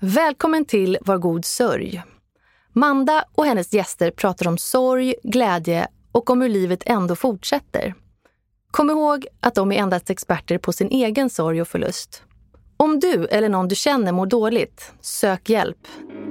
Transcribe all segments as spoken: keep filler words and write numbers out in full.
Välkommen till Var god sörj. Manda och hennes gäster pratar om sorg, glädje och om hur livet ändå fortsätter. Kom ihåg att de är endast experter på sin egen sorg och förlust. Om du eller någon du känner mår dåligt, sök hjälp.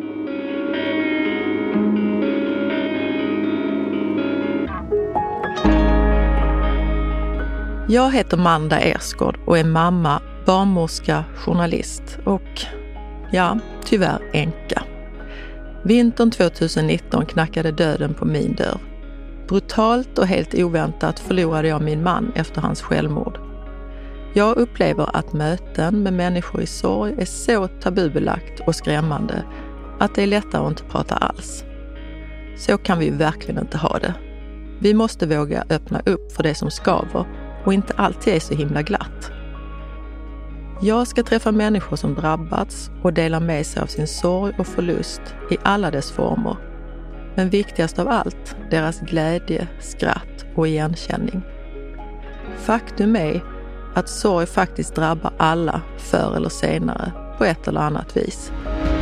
Jag heter Manda Ersgård och är mamma, barnmorska, journalist och, ja, tyvärr änka. Vintern tjugonitton knackade döden på min dörr. Brutalt och helt oväntat förlorade jag min man efter hans självmord. Jag upplever att möten med människor i sorg är så tabubelagt och skrämmande att det är lättare att inte prata alls. Så kan vi ju verkligen inte ha det. Vi måste våga öppna upp för det som skaver och inte alltid är så himla glatt. Jag ska träffa människor som drabbats och dela med sig av sin sorg och förlust i alla dess former. Men viktigast av allt, deras glädje, skratt och igenkänning. Faktum är att sorg faktiskt drabbar alla förr eller senare på ett eller annat vis.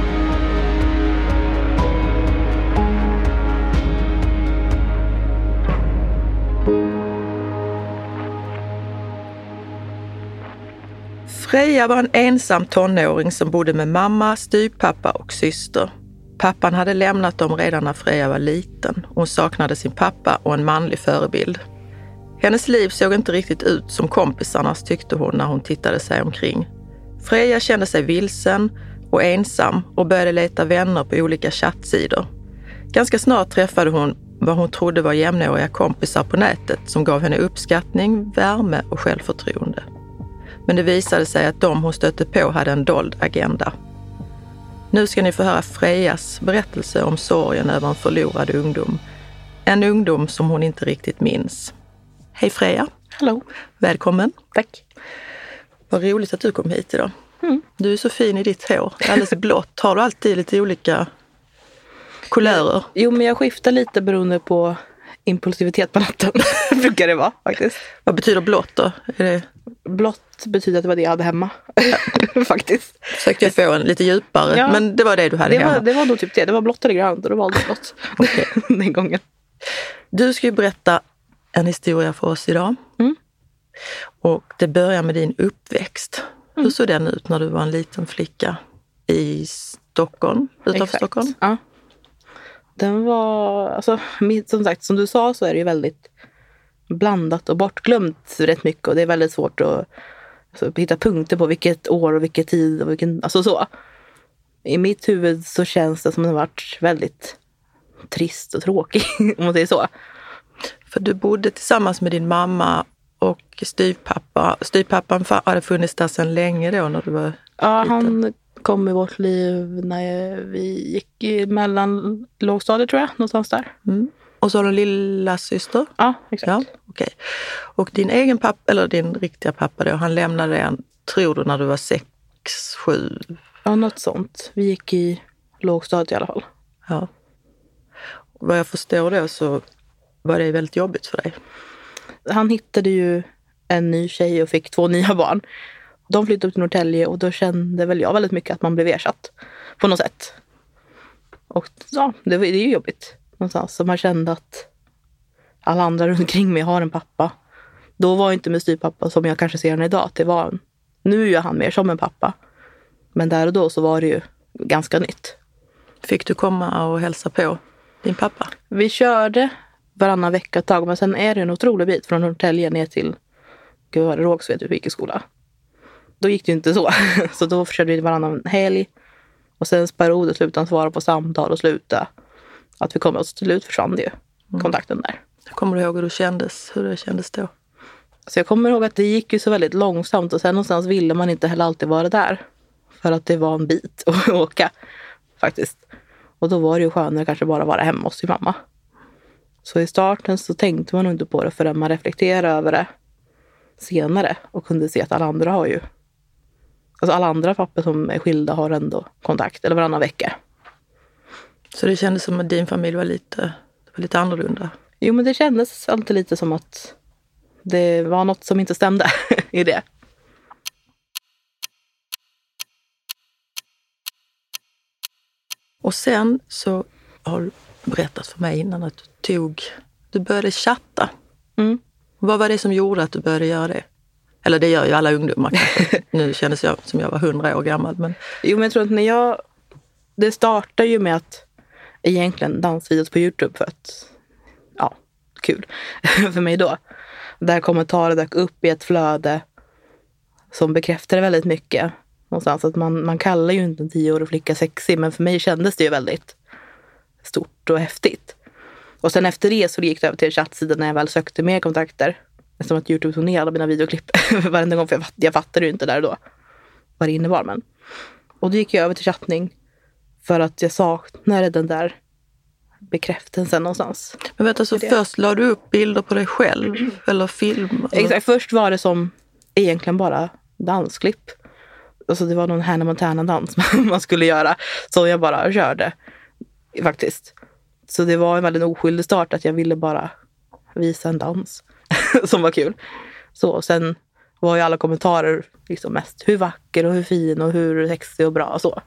Freja var en ensam tonåring som bodde med mamma, styvpappa och syster. Pappan hade lämnat dem redan när Freja var liten. Hon saknade sin pappa och en manlig förebild. Hennes liv såg inte riktigt ut som kompisarnas, tyckte hon när hon tittade sig omkring. Freja kände sig vilsen och ensam och började leta vänner på olika chattsidor. Ganska snart träffade hon vad hon trodde var jämnåriga kompisar på nätet som gav henne uppskattning, värme och självförtroende. Men det visade sig att de hon stötte på hade en dold agenda. Nu ska ni få höra Frejas berättelse om sorgen över en förlorad ungdom. En ungdom som hon inte riktigt minns. Hej Freja. Hallå. Välkommen. Tack. Vad roligt att du kom hit idag. Mm. Du är så fin i ditt hår. Alldeles blått. Har du alltid lite olika kulörer? Jo, men jag skiftar lite beroende på impulsivitet på natten. Brukar det vara faktiskt. Vad betyder blått då? Är det... Blått betyder att det var det jag hade hemma. Faktiskt. Försökte jag få en lite djupare, ja, men det var det du hade det hemma. Var, det var nog typ det. Det var blått eller grönt och det valde blått. Okay. Den gången. Du ska ju berätta en historia för oss idag. Mm. Och det börjar med din uppväxt. Mm. Hur såg den ut när du var en liten flicka i Stockholm, utanför Exakt. Stockholm? Ja. Den var, alltså, som sagt, som du sa så är det ju väldigt blandat och bortglömt rätt mycket. Och det är väldigt svårt att alltså, hitta punkter på vilket år och vilken tid och vilken, alltså så. I mitt huvud så känns det som att det har varit väldigt trist och tråkig, om man säger så. För du bodde tillsammans med din mamma och styvpappa. Styvpappan hade funnits där sedan länge då när du var Ja, liten. Han kom i vårt liv när vi gick i mellan lågstadiet tror jag, någonstans där. Mm. Och så har du en lilla syster? Ja, exakt. Ja, okay. Och din egen pappa, eller din riktiga pappa då, han lämnade en, tror du, när du var sex, sju? Ja, något sånt. Vi gick i lågstadiet i alla fall. Ja. Vad jag förstår då så var det väldigt jobbigt för dig. Han hittade ju en ny tjej och fick två nya barn. De flyttade upp till Norrtälje och då kände väl jag väldigt mycket att man blev ersatt på något sätt. Och ja, det, det är ju jobbigt. Någonstans. Så man kände att alla andra runt omkring mig har en pappa. Då var inte med styvpappa som jag kanske ser den idag. Det var en, nu är han mer som en pappa. Men där och då så var det ju ganska nytt. Fick du komma och hälsa på din pappa? Vi körde varannan vecka ett tag. Men sen är det en otrolig bit från Norrtälje ner till Gud var det Rågsved vi gick i skola. Då gick det ju inte så. Så då körde vi varannan helg. Och sen periode slutade svara på samtal och sluta. Att vi kom oss till slut försvann det ju. Mm. Kontakten där. Kommer du ihåg hur det kändes? Hur det kändes då? Så jag kommer ihåg att det gick ju så väldigt långsamt. Och sen någonstans ville man inte heller alltid vara där. För att det var en bit att åka. Faktiskt. Och då var det ju skönare kanske bara vara hemma hos sin mamma. Så i starten så tänkte man nog inte på det förrän man reflekterade över det senare. Och kunde se att alla andra har ju. Alltså alla andra papper som är skilda har ändå kontakt. Eller varannan vecka. Så det kändes som att din familj var lite, var lite annorlunda? Jo, men det kändes alltid lite som att det var något som inte stämde i det. Och sen så har du berättat för mig innan att du tog, du började chatta. Mm. Vad var det som gjorde att du började göra det? Eller det gör ju alla ungdomar kanske. Nu kändes jag som jag var hundra år gammal. Men... Jo, men jag tror att när jag... Det startar ju med att egentligen dansvideos på YouTube för att... Ja, kul för mig då. Där kommentarer dök upp i ett flöde som bekräftade väldigt mycket. Någonstans att man, man kallar ju inte en tioårig flicka sexig, men för mig kändes det ju väldigt stort och häftigt. Och sen efter det så gick det över till chattsidan när jag väl sökte mer kontakter. Som att YouTube tog ner alla mina videoklipp varenda gång, för jag, fatt, jag fattade ju inte där och då vad det innebar. Men. Och då gick jag över till chattning för att jag saknade den där bekräftelsen någonstans. Men vänta, så först la du upp bilder på dig själv eller film? Eller? Exakt, först var det som egentligen bara dansklipp. Alltså det var någon Hannah Montana-dans man skulle göra som jag bara körde faktiskt. Så det var en väldigt oskyldig start att jag ville bara visa en dans som var kul. Så och sen var ju alla kommentarer liksom mest hur vacker och hur fin och hur sexig och bra och så.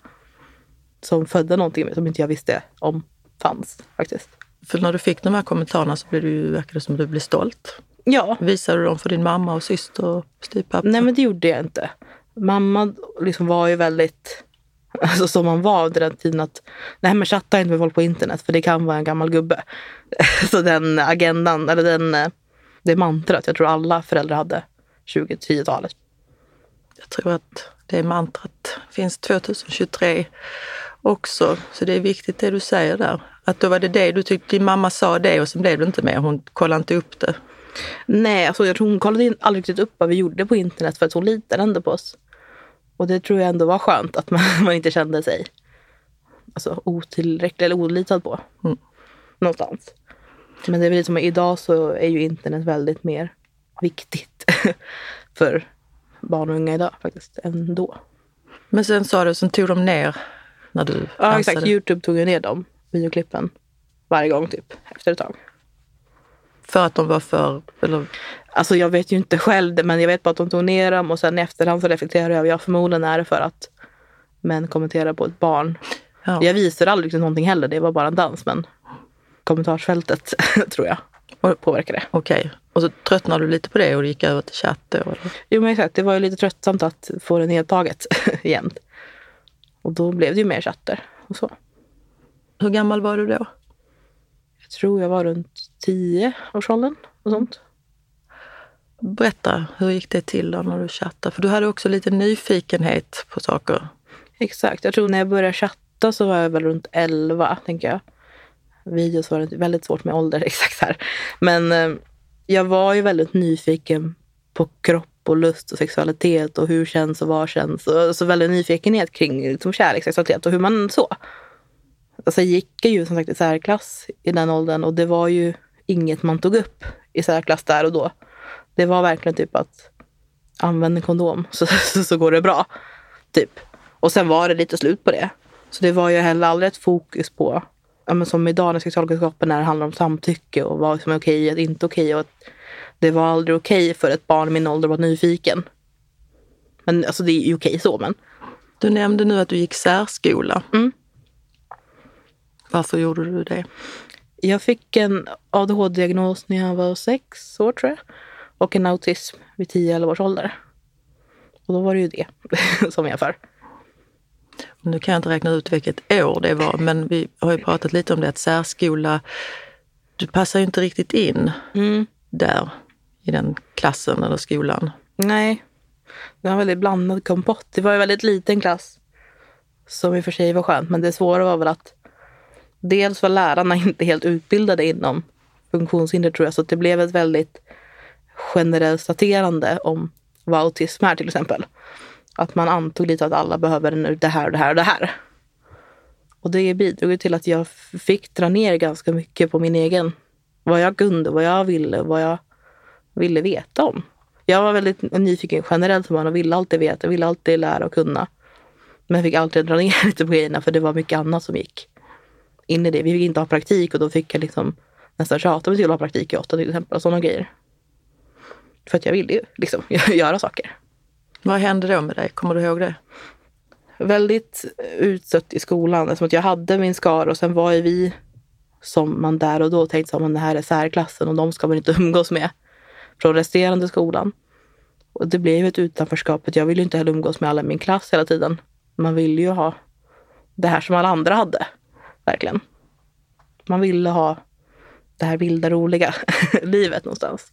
Som födde någonting som inte jag visste om fanns faktiskt. För när du fick de här kommentarerna så blev du ju, verkade det som du blev stolt. Ja. Visade du dem för din mamma och syster och styvpappa? Nej, men det gjorde jag inte. Mamma liksom var ju väldigt, alltså som man var under den tiden att nej, men chatta inte med folk på internet för det kan vara en gammal gubbe. Så den agendan, eller den, det mantrat, jag tror alla föräldrar hade tjugo-tio-talet. Jag tror att det mantrat finns tjugohundratjugotre också, så det är viktigt det du säger där. Att då var det det du tyckte, din mamma sa det och sen blev du inte med, hon kollade inte upp det. Nej, alltså jag tror hon kollade aldrig riktigt upp vad vi gjorde på internet för att hon litade ändå på oss. Och det tror jag ändå var skönt att man, man inte kände sig alltså, otillräcklig eller olitad på. Mm. Någonstans. Men det är väl som idag så är ju internet väldigt mer viktigt för barn och unga idag faktiskt än då. Men sen sa du, sen tog de ner när du Ja, dansade. Exakt. YouTube tog ju ner de videoklippen varje gång typ efter ett tag. För att de var för... Eller... Alltså jag vet ju inte själv, men jag vet bara att de tog ner dem och sen i efterhand så reflekterar jag. Jag förmodligen är det för att män kommenterar på ett barn. Ja. Jag visar aldrig någonting heller, det var bara en dans, men kommentarsfältet tror jag påverkade. Okej, okay. Och så tröttnade du lite på det och gick över till chatt? Eller? Jo, men exakt, det var ju lite tröttsamt att få det nedtaget igen. Och då blev det ju mer chatter och så. Hur gammal var du då? Jag tror jag var runt tio-årsåldern och sånt. Berätta, hur gick det till då när du chattade? För du hade också lite nyfikenhet på saker. Exakt, jag tror när jag började chatta så var jag väl runt elva, tänker jag. Videos var det väldigt svårt med ålder exakt här. Men eh, jag var ju väldigt nyfiken på kropp och lust och sexualitet och hur känns och vad känns. Och så väldigt nyfikenhet kring liksom, kärlek, sexualitet och hur man så. Alltså jag gick ju som sagt i särklass i den åldern och det var ju inget man tog upp i särklass där och då. Det var verkligen typ att använda kondom så, så, så går det bra. Typ. Och sen var det lite slut på det. Så det var ju heller aldrig ett fokus på, ja, men som idag när sexualkunskapen när det handlar om samtycke och vad som är okej och inte okej. Och att det var aldrig okej för ett barn i min ålder att vara nyfiken. Men alltså det är ju okej så, men. Du nämnde nu att du gick särskola. Mm. Varför gjorde du det? Jag fick en A D H D-diagnos när jag var sex år tror jag. Och en autism vid tio elva års ålder. Och då var det ju det som jag för. Nu kan jag inte räkna ut vilket år det var. Men vi har ju pratat lite om det att särskola, du passar ju inte riktigt in mm. där i den klassen eller skolan. Nej, det var en väldigt blandad kompott. Det var en väldigt liten klass som i och för sig var skönt. Men det svåra var väl att dels var lärarna inte helt utbildade inom funktionshinder tror jag. Så det blev ett väldigt generellt daterande om vad autism är till exempel. Att man antog lite att alla behöver det här och det här och det här. Och det bidrog till att jag fick dra ner ganska mycket på min egen. Vad jag kunde, vad jag ville, vad jag ville veta om. Jag var väldigt nyfiken generellt som man och ville alltid veta, ville alltid lära och kunna. Men jag fick alltid dra ner lite på grejerna för det var mycket annat som gick in i det. Vi fick inte ha praktik och då fick jag liksom nästan tjata mig till att ha praktik i åtta till exempel och sådana grejer. För att jag ville ju liksom göra saker. Vad hände då med dig? Kommer du ihåg det? väldigt utstött i skolan. Eftersom att jag hade min skara och sen var ju vi som man där och då tänkte att det här är särklassen och de ska man inte umgås med från resterande skolan. Och det blev ju ett utanförskap. Jag ville ju inte heller umgås med alla i min klass hela tiden. Man ville ju ha det här som alla andra hade. Verkligen. Man ville ha det här vilda, roliga livet någonstans.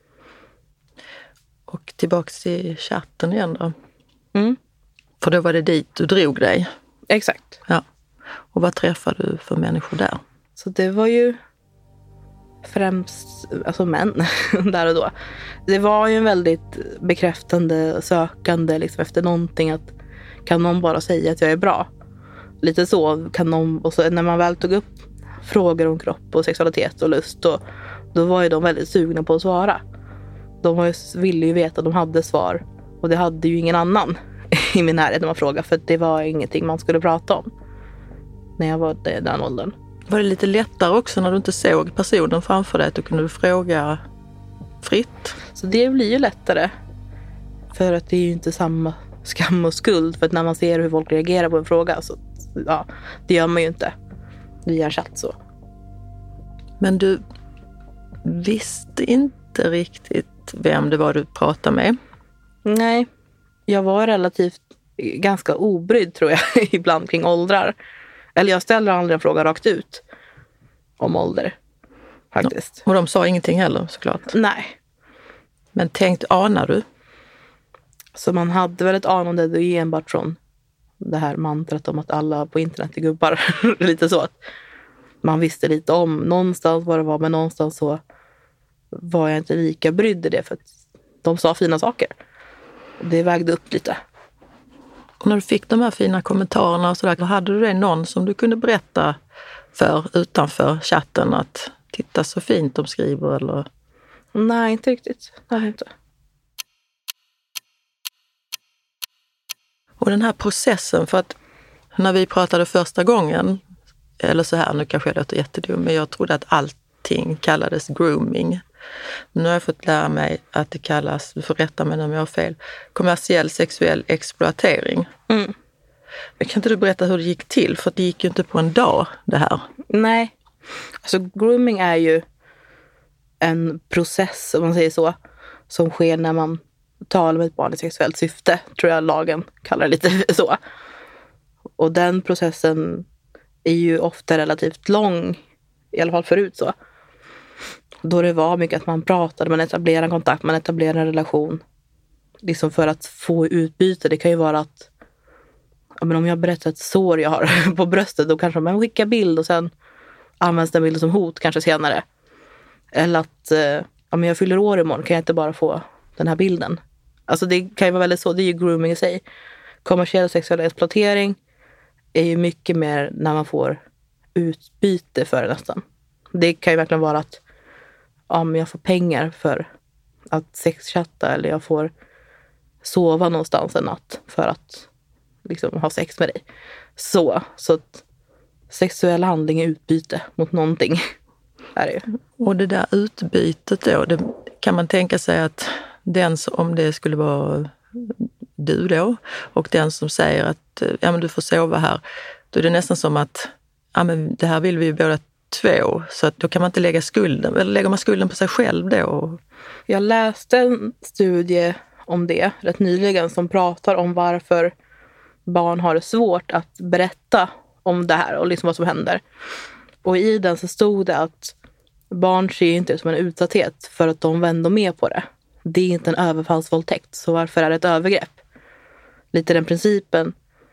Och tillbaka till chatten igen då. Mm. För då var det dit du drog dig. Exakt. Ja. Och vad träffade du för människor där? Så det var ju främst alltså män där och då. Det var ju en väldigt bekräftande, sökande liksom, efter någonting. Att kan någon bara säga att jag är bra? Lite så kan någon, och så när man väl tog upp frågor om kropp och sexualitet och lust, och då var ju de väldigt sugna på att svara. De var ju, ville ju veta att de hade svar, och det hade ju ingen annan i min närhet när man frågade, för det var ingenting man skulle prata om när jag var i den åldern. Var det lite lättare också när du inte såg personen framför dig, att du kunde fråga fritt? Så det blir ju lättare, för att det är ju inte samma skam och skuld, för att när man ser hur folk reagerar på en fråga, så ja, det gör man ju inte via en chatt så. Men du visste inte riktigt vem det var du pratade med? Nej, jag var relativt ganska obrydd tror jag ibland kring åldrar. Eller jag ställer aldrig en fråga rakt ut om ålder faktiskt. Och de sa ingenting heller såklart? Nej. Men tänkt, anar du? Så man hade väl ett anande, det är enbart från det här mantrat om att alla på internet är gubbar. Lite så att man visste lite om någonstans vad det var, men någonstans så var jag inte lika brydd i det, för att de sa fina saker. Det vägde upp lite. Och när du fick de här fina kommentarerna och sådär, hade du det någon som du kunde berätta för utanför chatten att titta så fint de skriver eller? Nej, inte riktigt. Nej, inte. Och den här processen, för att när vi pratade första gången, eller så här, nu kanske jag låter jättedum, men jag trodde att allting kallades grooming. Men nu har jag fått lära mig att det kallas, du får rätta mig om jag har fel, kommersiell sexuell exploatering. Mm. Kan inte du berätta hur det gick till? För det gick ju inte på en dag det här. Nej, alltså grooming är ju en process, om man säger så, som sker när man talar med ett barn i sexuellt syfte, tror jag lagen kallar det lite så. Och den processen är ju ofta relativt lång, i alla fall förut så. Då det var mycket att man pratade, man etablerade en kontakt, man etablerade en relation. Liksom för att få utbyte. Det kan ju vara att ja, men om jag berättar ett sår jag har på bröstet, då kanske man skickar bild och sen används den bilden som hot kanske senare. Eller att eh, ja, men jag fyller år imorgon, kan jag inte bara få den här bilden? Alltså det kan ju vara väldigt så, det är ju grooming i sig. Kommersiell sexuell exploatering är ju mycket mer när man får utbyte för det nästan. Det kan ju verkligen vara att ja, men jag får pengar för att sexchatta, eller jag får sova någonstans en natt för att liksom ha sex med dig. Så, så att sexuell handling är utbyte mot någonting. Är det ju. Och det där utbytet då, det kan man tänka sig att den, om det skulle vara du då, och den som säger att ja, men du får sova här, då är det nästan som att ja, men det här vill vi ju båda två, så att då kan man inte lägga skulden, eller lägger man skulden på sig själv då? Jag läste en studie om det rätt nyligen som pratar om varför barn har det svårt att berätta om det här och liksom vad som händer. Och i den så stod det att barn ser inte det som en utsatthet för att de vänder med på det. Det är inte en överfallsvåldtäkt, så varför är det ett övergrepp? Lite den principen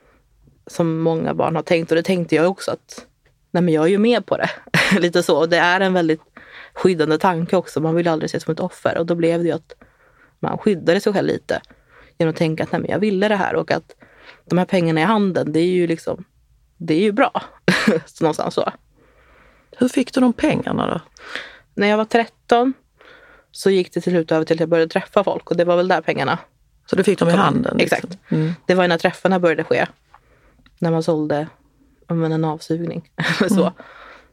som många barn har tänkt, och det tänkte jag också att nej, men jag är ju med på det. Lite så, och det är en väldigt skyddande tanke också. Man vill aldrig se som ett offer, och då blev det ju att man skyddade sig själv lite genom att tänka att nej, men jag ville det här, och att de här pengarna i handen, det är ju liksom, det är ju bra. Så någonstans så. Hur fick du de pengarna då? När jag var tretton så gick det till slut över till att jag började träffa folk, och det var väl där pengarna. Så du fick dem i handen? Liksom. Exakt. Mm. Det var när träffarna började ske. När man sålde om en avsugning. så. Mm.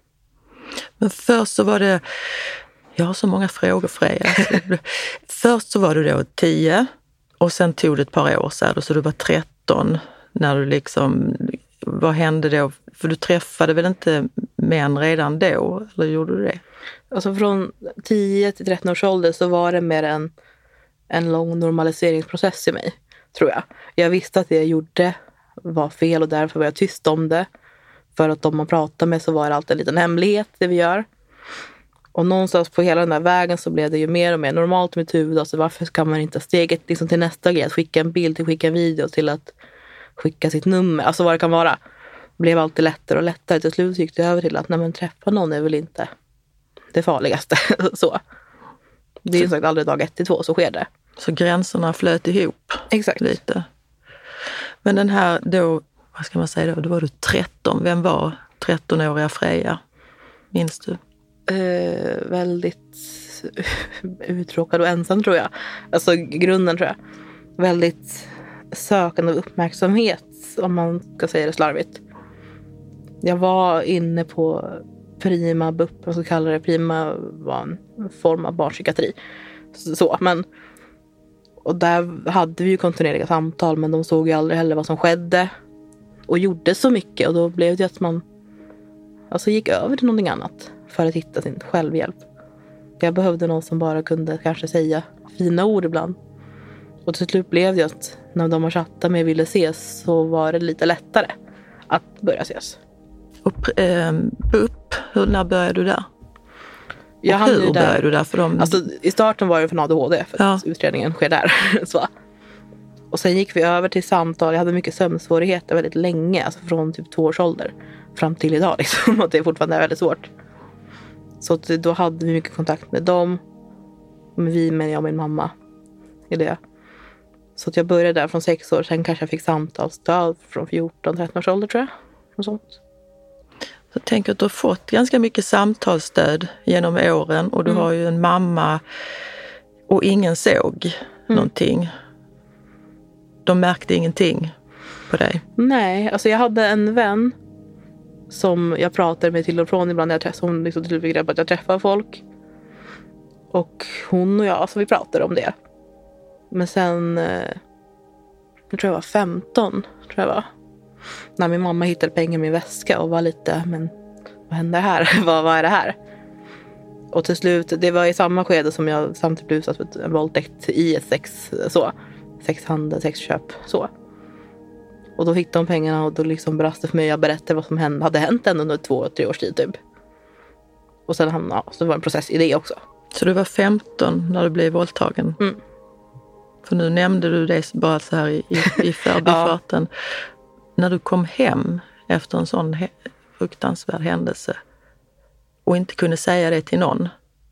Men först så var det, jag har så många frågor Freja. Först så var du då tio, och sen tog det ett par år så, här, så du var tretton När du liksom, vad hände då? För du träffade väl inte män redan då? Eller gjorde du det? Alltså från tio till tretton års ålder så var det mer en, en lång normaliseringsprocess i mig, tror jag. Jag visste att det jag gjorde var fel och därför var jag tyst om det. För att om man pratar med så var det alltid en liten hemlighet det vi gör. Och någonstans på hela den där vägen så blev det ju mer och mer normalt i mitt huvud. Alltså varför kan man inte steget liksom till nästa grej? Att skicka en bild till skicka en video till att skicka sitt nummer. Alltså vad det kan vara. Det blev alltid lättare och lättare. Till slut gick det över till att nej men träffa någon är väl inte det farligaste. så. Det är ju sagt aldrig dag ett till två så sker det. Så gränserna flöt ihop. Exakt. Lite. Men den här då, vad ska man säga då? Då var du tretton. Vem var trettonåriga Freja? Minns du? Eh, väldigt uttråkad och ensam tror jag. Alltså grunden tror jag. Väldigt sökande av uppmärksamhet om man ska säga det slarvigt. Jag var inne på Prima B U P, vad ska kalla det. Prima var en form av barnpsykiatri. Så, men och där hade vi ju kontinuerliga samtal men de såg ju aldrig heller vad som skedde och gjorde så mycket och då blev det att man alltså gick över till någonting annat för att hitta sin självhjälp. Jag behövde någon som bara kunde kanske säga fina ord ibland. Och till slut blev det att när de har chattat med ville ses så var det lite lättare att börja ses. Och eh, B U P, hur, när började du där? Jag och hur där, började du där? För dem? Alltså, i starten var det från A D H D för att ja. utredningen sker där. så. Och sen gick vi över till samtal. Jag hade mycket sömnsvårigheter väldigt länge. Alltså från typ två års ålder fram till idag. Liksom, och det är fortfarande väldigt svårt. Så då hade vi mycket kontakt med dem. Med vi, med jag och min mamma. I det. Så att jag började där från sex år. Sen kanske jag fick samtalsstöd från fjorton tretton års ålder tror jag. Och sånt. Jag tänker att du har fått ganska mycket samtalsstöd genom åren. Och du mm. har ju en mamma och ingen såg mm. någonting. De märkte ingenting på dig. Nej, alltså jag hade en vän som jag pratade med till och från ibland när jag träffade. Hon liksom till och med att jag träffar folk. Och hon och jag, alltså vi pratade om det. Men sen, eh, jag tror jag var femton, tror jag var. När min mamma hittade pengar i min väska och var lite, men vad händer här? vad, vad är det här? Och till slut, det var i samma skede som jag samtidigt blev utsatt för en våldtäkt i ett sex, så. Sexhandel, sexköp, så. Och då fick de pengarna och då liksom brast det för mig. Jag berättade vad som hände, hade hänt än under två, tre års tid typ. Och sen ja, så var det en process i det också. Så du var femton när du blev våldtagen? Mm. För nu nämnde du det bara så här i, i, i förbifarten. ja. När du kom hem efter en sån he- fruktansvärd händelse och inte kunde säga det till någon.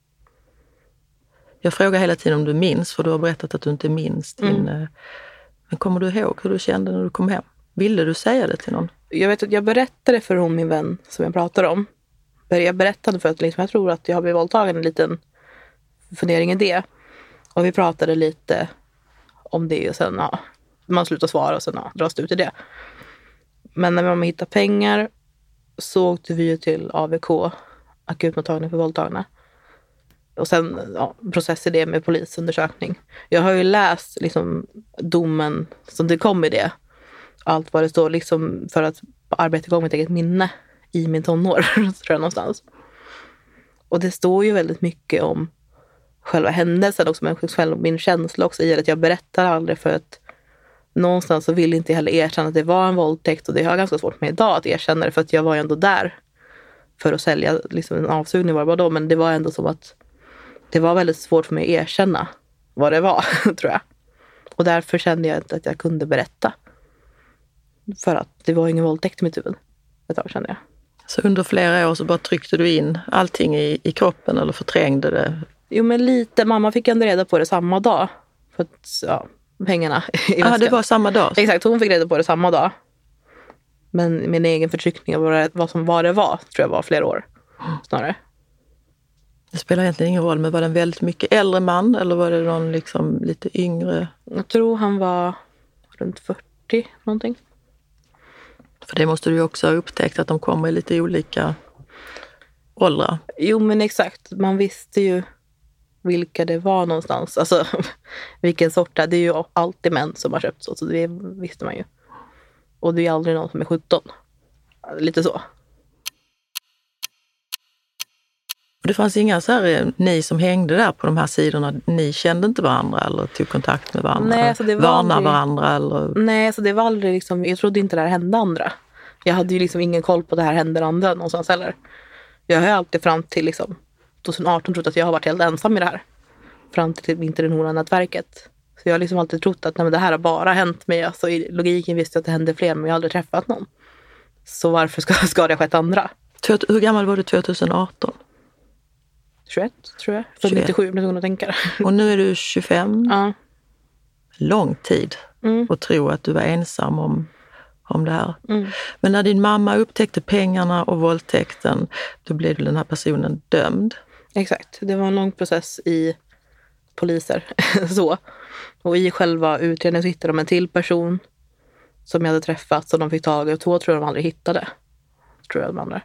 Jag frågar hela tiden om du minns, för du har berättat att du inte minns din... Mm. Men kommer du ihåg hur du kände när du kom hem? Ville du säga det till någon? Jag vet att jag berättade för hon, min vän som jag pratade om. Jag berättade för att liksom, jag tror att jag har blivit våldtagen, en liten fundering i det. Och vi pratade lite om det och sen ja, man slutar svara och sen ja, dras det ut i det. Men när man hittar pengar så åkte vi ju till A V K, akutmottagning för våldtagna. Och sen ja, process i det med polisundersökning. Jag har ju läst liksom domen som det kom i det. Allt vad det står liksom för att arbeta igång mitt eget minne i min tonår, tror jag någonstans. Och det står ju väldigt mycket om själva händelsen också, men själv min känsla också i att jag berättar aldrig för att någonstans så vill inte jag heller erkänna att det var en våldtäkt, och det har jag ganska svårt med idag att erkänna det, för att jag var ju ändå där för att sälja liksom en avsugning var det bara då, men det var ändå som att det var väldigt svårt för mig att erkänna vad det var, tror jag. Och därför kände jag inte att jag kunde berätta. För att det var ingen våldtäkt i mitt huvud. Ett tag kände jag. Så under flera år så bara tryckte du in allting i, i kroppen eller förträngde det? Jo, men lite. Mamma fick ändå reda på det samma dag. För att, ja, pengarna i väskan. Ja, det var samma dag? Exakt, hon fick reda på det samma dag. Men min egen förtryckning av vad, vad som var det var, tror jag var flera år snarare. Det spelar egentligen ingen roll, men var det en väldigt mycket äldre man eller var det någon liksom lite yngre? Jag tror han var runt fyrtio någonting. För det måste du ju också ha upptäckt att de kommer i lite olika åldrar. Jo, men exakt. Man visste ju vilka det var någonstans. Alltså vilken sort det är. Det är ju alltid män som har köpt så, så det visste man ju. Och det är aldrig någon som är sjutton. Lite så. Det fanns inga så här, ni som hängde där på de här sidorna, ni kände inte varandra eller tog kontakt med varandra? Nej, så det var varnade aldrig... varandra? Eller... Nej, så det var aldrig liksom, jag trodde inte det här hände andra. Jag hade ju liksom ingen koll på det här händer andra någonstans heller. Jag har alltid fram till liksom tjugo arton trott att jag har varit helt ensam i det här. Fram till Vinter-Nora-nätverket. Så jag har liksom alltid trott att nej, men det här har bara hänt mig. Alltså, i logiken visste jag att det hände fler, men jag har aldrig träffat någon. Så varför ska, ska det ha skett andra? Hur gammal var du tjugo arton? tjugoett, tror jag. För nittiosju, när jag tänker. Och nu är du tjugofem. Ja. Lång tid. Mm. Och tro att du var ensam om, om det här. Mm. Men när din mamma upptäckte pengarna och våldtäkten, då blev den här personen dömd. Exakt. Det var en lång process i poliser. så. Och i själva utredningen så hittade de en till person som jag hade träffat, som de fick tag i. Och två tror jag de aldrig hittade. Tror jag de andra.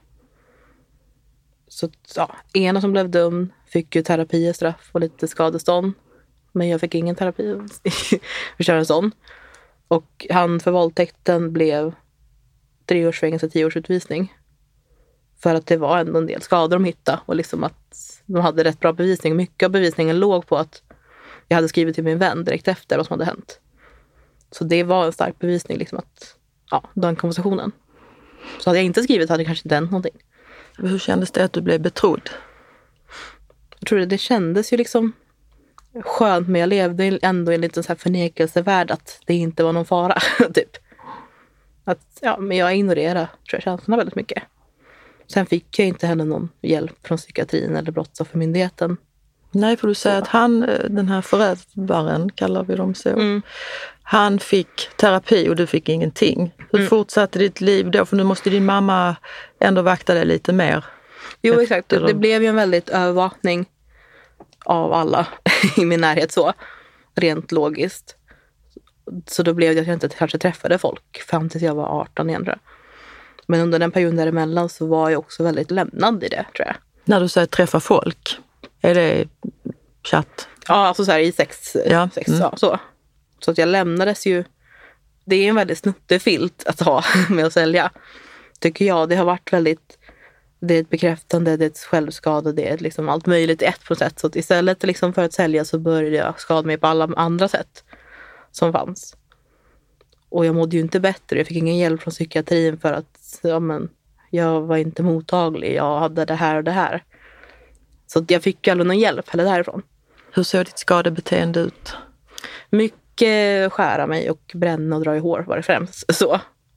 Så ja, ena som blev dömd fick ju terapistraff och lite skadestånd. Men jag fick ingen terapi. Vi kör en sån. Och han för våldtäkten blev tre års fängelse, tio års utvisning. För att det var ändå en del skador de hittade. Och liksom att de hade rätt bra bevisning. Mycket av bevisningen låg på att jag hade skrivit till min vän direkt efter vad som hade hänt. Så det var en stark bevisning liksom att, ja, den konversationen. Så hade jag inte skrivit hade det kanske inte hänt någonting. Hur kändes det att du blev betrodd? Jag tror det, det kändes ju liksom skönt, men jag levde ändå i en liten så här förnekelsevärld att det inte var någon fara, typ. Att, ja, men jag ignorerade, tror jag, känslorna väldigt mycket. Sen fick jag inte heller någon hjälp från psykiatrin eller brottsoffermyndigheten. Nej, för du säger så. Att han, den här förövaren, kallar vi dem så, mm. han fick terapi och du fick ingenting. Hur mm. fortsatte ditt liv då? För nu måste din mamma ändå vakta dig lite mer. Jo, exakt. Det, det blev ju en väldigt övervakning av alla i min närhet så. Rent logiskt. Så då blev det att jag inte kanske träffade folk fram tills jag var arton igen, tror jag. Men under den perioden däremellan så var jag också väldigt lämnad i det, tror jag. När du säger träffa folk, är det chatt? Ja, alltså så här i sex, ja. sex mm. ja, så. Så att jag lämnades ju. Det är en väldigt snuttefilt att ha med att sälja. Tycker jag. Det har varit väldigt, det är ett bekräftande, det är ett självskada, det är liksom allt möjligt i ett på sätt. Så att istället liksom för att sälja så började jag skada mig på alla andra sätt som fanns. Och jag mådde ju inte bättre. Jag fick ingen hjälp från psykiatrin för att ja, men, jag var inte mottaglig. Jag hade det här och det här. Så att jag fick aldrig någon hjälp heller därifrån. Hur såg ditt skadebeteende ut? Mycket skära mig och bränna och dra i hår var det främst. Så,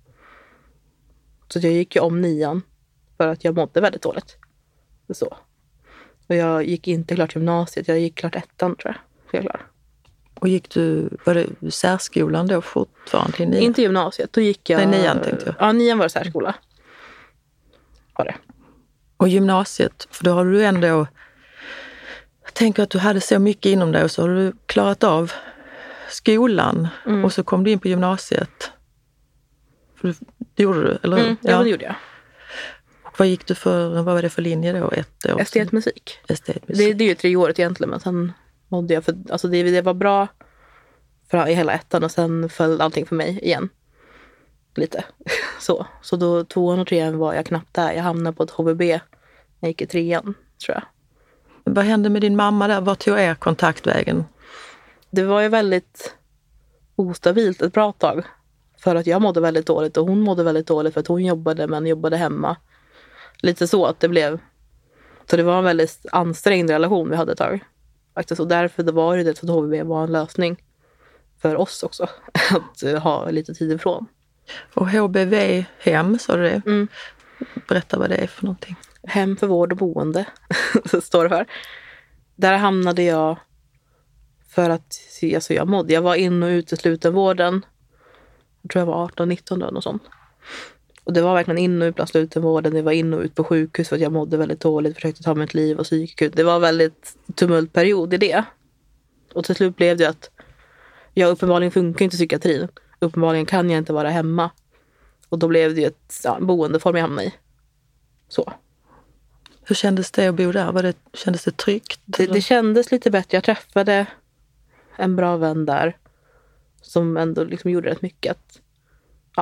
så jag gick ju om nian för att jag mådde väldigt dåligt. Så. Och jag gick inte klart gymnasiet. Jag gick klart ettan, tror jag. jag klar. Och gick du, var det särskolan då fortfarande till nian? Inte gymnasiet, då gick jag... Nej, nian tänkte jag. Ja, nian var särskola. Var det. Och gymnasiet, för då har du ändå... Jag tänker att du hade så mycket inom dig och så har du klarat av skolan. Mm. Och så kom du in på gymnasiet. För det gjorde du, eller hur? Mm, ja, det gjorde jag. Och vad gick du för, vad var det för linje då? Ett år? Estetmusik. Estetmusik. Det, det är ju tre året egentligen, men sen mådde jag för... Alltså det, det var bra för i hela ettan och sen föll allting för mig igen. Lite. Så. Så då tvåan och trean var jag knappt där. Jag hamnade på ett H V B. Jag gick i trean, tror jag. Vad hände med din mamma där? Vad tog er kontaktvägen? Det var ju väldigt ostabilt ett bra tag. För att jag mådde väldigt dåligt och hon mådde väldigt dåligt för att hon jobbade men jobbade hemma. Lite så att det blev. Så det var en väldigt ansträngd relation vi hade ett tag. Faktiskt. Och därför det var det att H V B var en lösning för oss också. Att ha lite tid ifrån. Och H B V hem, sa du det? Mm. Berätta vad det är för någonting. Hem för vård och boende, så står det för. Där hamnade jag för att alltså jag mådde. Jag var in och ut i slutenvården. Jag tror jag var arton nitton då, och sånt. Och det var verkligen in och ut bland slutenvården. Det var in och ut på sjukhus för att jag mådde väldigt dåligt. Försökte ta mitt liv och psykiskt. Det var väldigt tumultperiod i det. Och till slut blev det att jag uppenbarligen funkar inte psykiatrin. Uppenbarligen kan jag inte vara hemma. Och då blev det ett ja, boendeform jag hamnade i. Så. Hur kändes det att bo där? Var det, kändes det tryggt? Det, det kändes lite bättre. Jag träffade en bra vän där. Som ändå liksom gjorde rätt mycket. Att, ja,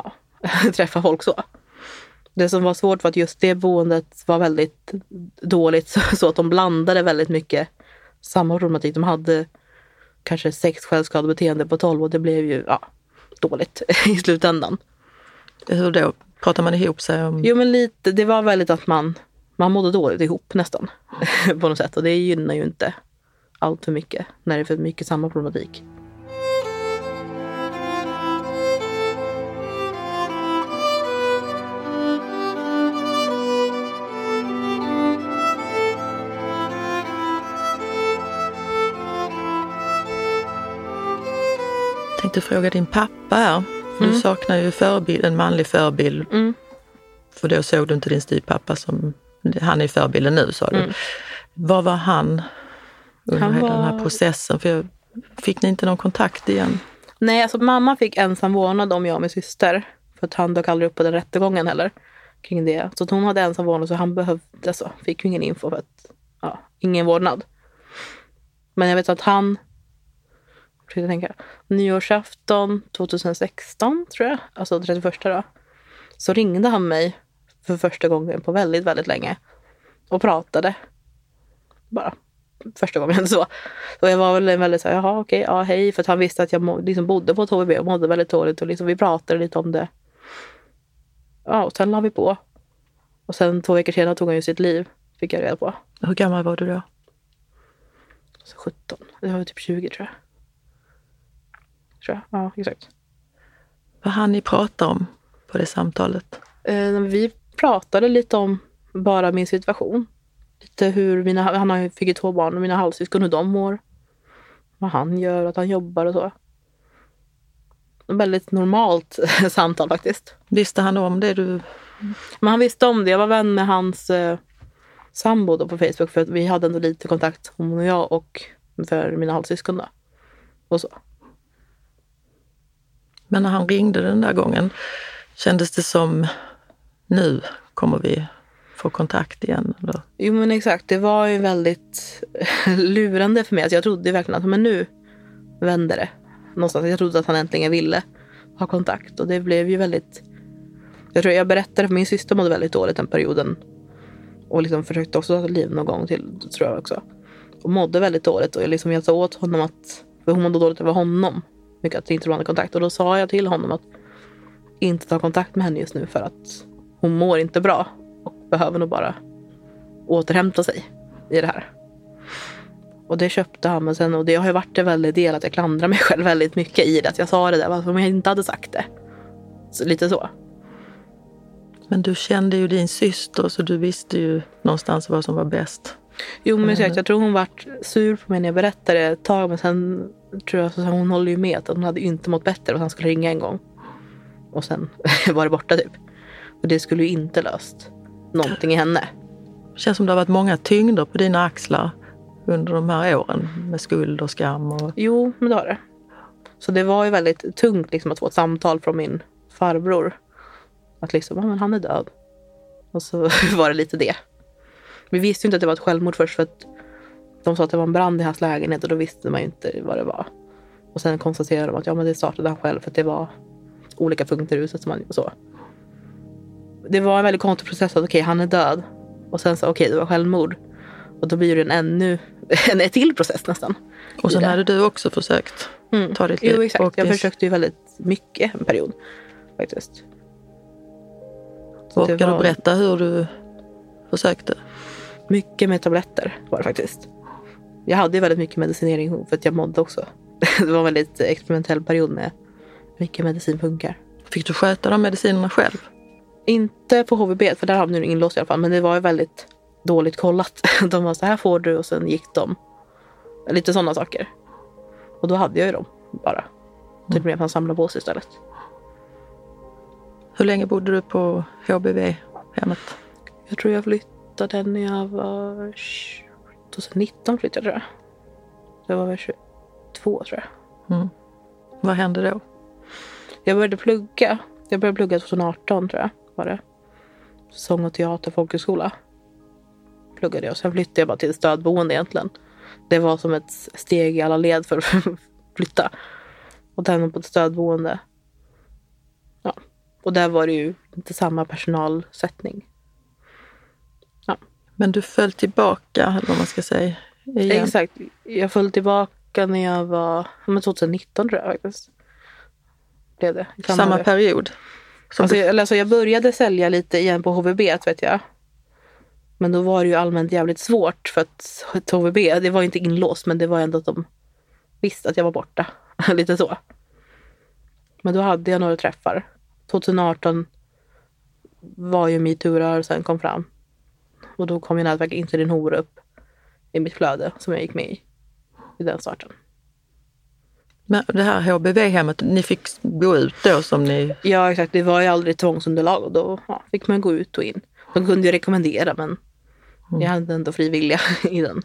träffa folk så. Det som var svårt var att just det boendet var väldigt dåligt så att de blandade väldigt mycket samma problematik. De hade kanske sex självskadebeteende på tolv och det blev ju ja, dåligt i slutändan. Hur då? Pratar man ihop sig om... Jo men lite, det var väldigt att man, man mådde dåligt ihop nästan på något sätt och det gynnar ju inte allt för mycket när det är för mycket samma problematik. Jag tänkte fråga din pappa här. För mm. Du saknar ju förebild, en manlig förebild. Mm. För då såg du inte din styvpappa som... Han är förebilden nu, sa du. Mm. Vad var han under han hela var... den här processen? För jag, fick ni inte någon kontakt igen? Nej, alltså mamma fick ensam vårdnad om jag och min syster. För att han dök aldrig upp på den rättegången heller. Kring det. Så att hon hade ensam vårdnad så han behövde, alltså, fick ju ingen info för att... Ja, ingen vårdnad. Men jag vet att han... Jag tänka, nyårsafton tjugohundrasexton tror jag, alltså trettioförsta då, så ringde han mig för första gången på väldigt, väldigt länge och pratade bara första gången så. Och jag var väl väldigt så här, jaha okej, ja hej, för att han visste att jag må, liksom bodde på ett H V B och mådde väldigt dåligt och liksom vi pratade lite om det. Ja, och sen la vi på. Och sen två veckor senare tog han ju sitt liv, fick jag reda på. Hur gammal var du då? Så sjutton, det var typ tjugo tror jag. Tror jag. Ja, exakt. Vad hann ni prata om på det samtalet? Eh, vi pratade lite om bara min situation. Lite hur mina, han har ju fick ju två barn och mina halvsyskon, hur de mår. Vad han gör, att han jobbar och så. Ett väldigt normalt samtal faktiskt. Visste han om det? Du... Men han visste om det. Jag var vän med hans eh, sambo då på Facebook för att vi hade ändå lite kontakt, hon och jag, och för mina halvsyskon då. Och så. Men när han ringde den där gången, kändes det som nu kommer vi få kontakt igen? Eller? Jo men exakt, det var ju väldigt lurande för mig. Alltså jag trodde verkligen att men nu vände det. Någonstans. Jag trodde att han äntligen ville ha kontakt. Och det blev ju väldigt... Jag tror jag berättade för min syster mådde väldigt dåligt den perioden. Och liksom försökte också ta liv någon gång till, tror jag också. Och mådde väldigt dåligt. Och jag liksom jag sa åt honom att... För hon mådde dåligt över honom. Mycket att inte hade kontakt. Och då sa jag till honom att inte ta kontakt med henne just nu. För att hon mår inte bra. Och behöver nog bara återhämta sig i det här. Och det köpte han. Men sen, och det har ju varit en väldigt del att jag klandrar mig själv väldigt mycket i det. Att jag sa det där. Varför om jag inte hade sagt det. Så, lite så. Men du kände ju din syster. Så du visste ju någonstans vad som var bäst. Jo men jag, jag tror hon var sur på mig när jag berättade det ett tag. Men sen tror jag att hon håller ju med. Att hon hade inte mått bättre. Och han skulle ringa en gång. Och sen var det borta typ. Och det skulle ju inte löst någonting i henne. Det känns som det har varit många tyngder på dina axlar under de här åren. Med skuld och skam. Och... Jo, men det var det. Så det var ju väldigt tungt liksom, att få ett samtal från min farbror. Att liksom, ja men han är död. Och så var det lite det. Vi visste ju inte att det var ett självmord först. För att de sa att det var en brand i hans lägenhet. Och då visste man ju inte vad det var. Och sen konstaterade de att ja men det startade han själv. För att det var olika punkter i huset som man och så. Det var en väldigt konstig process att okej, okay, han är död. Och sen så okej, okay, det var självmord. Och då blir det en ännu en till process nästan. Och sen hade du också försökt mm. ta ditt liv. Jo, exakt. Jag försökte ju väldigt mycket en period faktiskt. Och kan var... du berätta hur du försökte? Mycket med tabletter var det faktiskt. Jag hade ju väldigt mycket medicinering för att jag mådde också. Det var en väldigt experimentell period med mycket medicin funkar. Fick du sköta de medicinerna själv? Inte på H V B, för där hade nu inlåst i alla fall. Men det var ju väldigt dåligt kollat. De var så här får du och sen gick de. Lite sådana saker. Och då hade jag ju dem bara. Till och med att han samlade på sig istället. Hur länge bodde du på H B B-hemmet? Jag tror jag flyttade när jag var tjugonitton flyttade jag. Jag var väl tjugotvå tror jag. Mm. Vad hände då? Jag började plugga. Jag började plugga tjugoarton tror jag. Var det. Sång och teater, folkhögskola. Pluggade jag. Sen flyttade jag bara till stödboende egentligen. Det var som ett steg i alla led för att flytta. Och den på ett stödboende. Ja. Och där var det ju inte samma personalsättning. Ja. Men du föll tillbaka, eller vad man ska säga, igen. Exakt. Jag föll tillbaka när jag var tjugonitton tror jag faktiskt. Blev det. Samma, samma period? Som alltså, jag, alltså jag började sälja lite igen på H V B, vet jag. Men då var det ju allmänt jävligt svårt för att H V B, det var inte inlåst, men det var ändå att de visste att jag var borta. Lite så. Men då hade jag några träffar. tjugoarton var ju MeToo-rörelsen kom fram. Och då kom ju nätverket Inte din hora upp i mitt flöde som jag gick med i. I den starten. Men det här H B V-hemmet, ni fick gå ut då som ni... Ja, exakt. Det var ju aldrig tvångsunderlag och då ja, fick man gå ut och in. De kunde ju rekommendera, men mm. jag hade ändå frivilliga i den.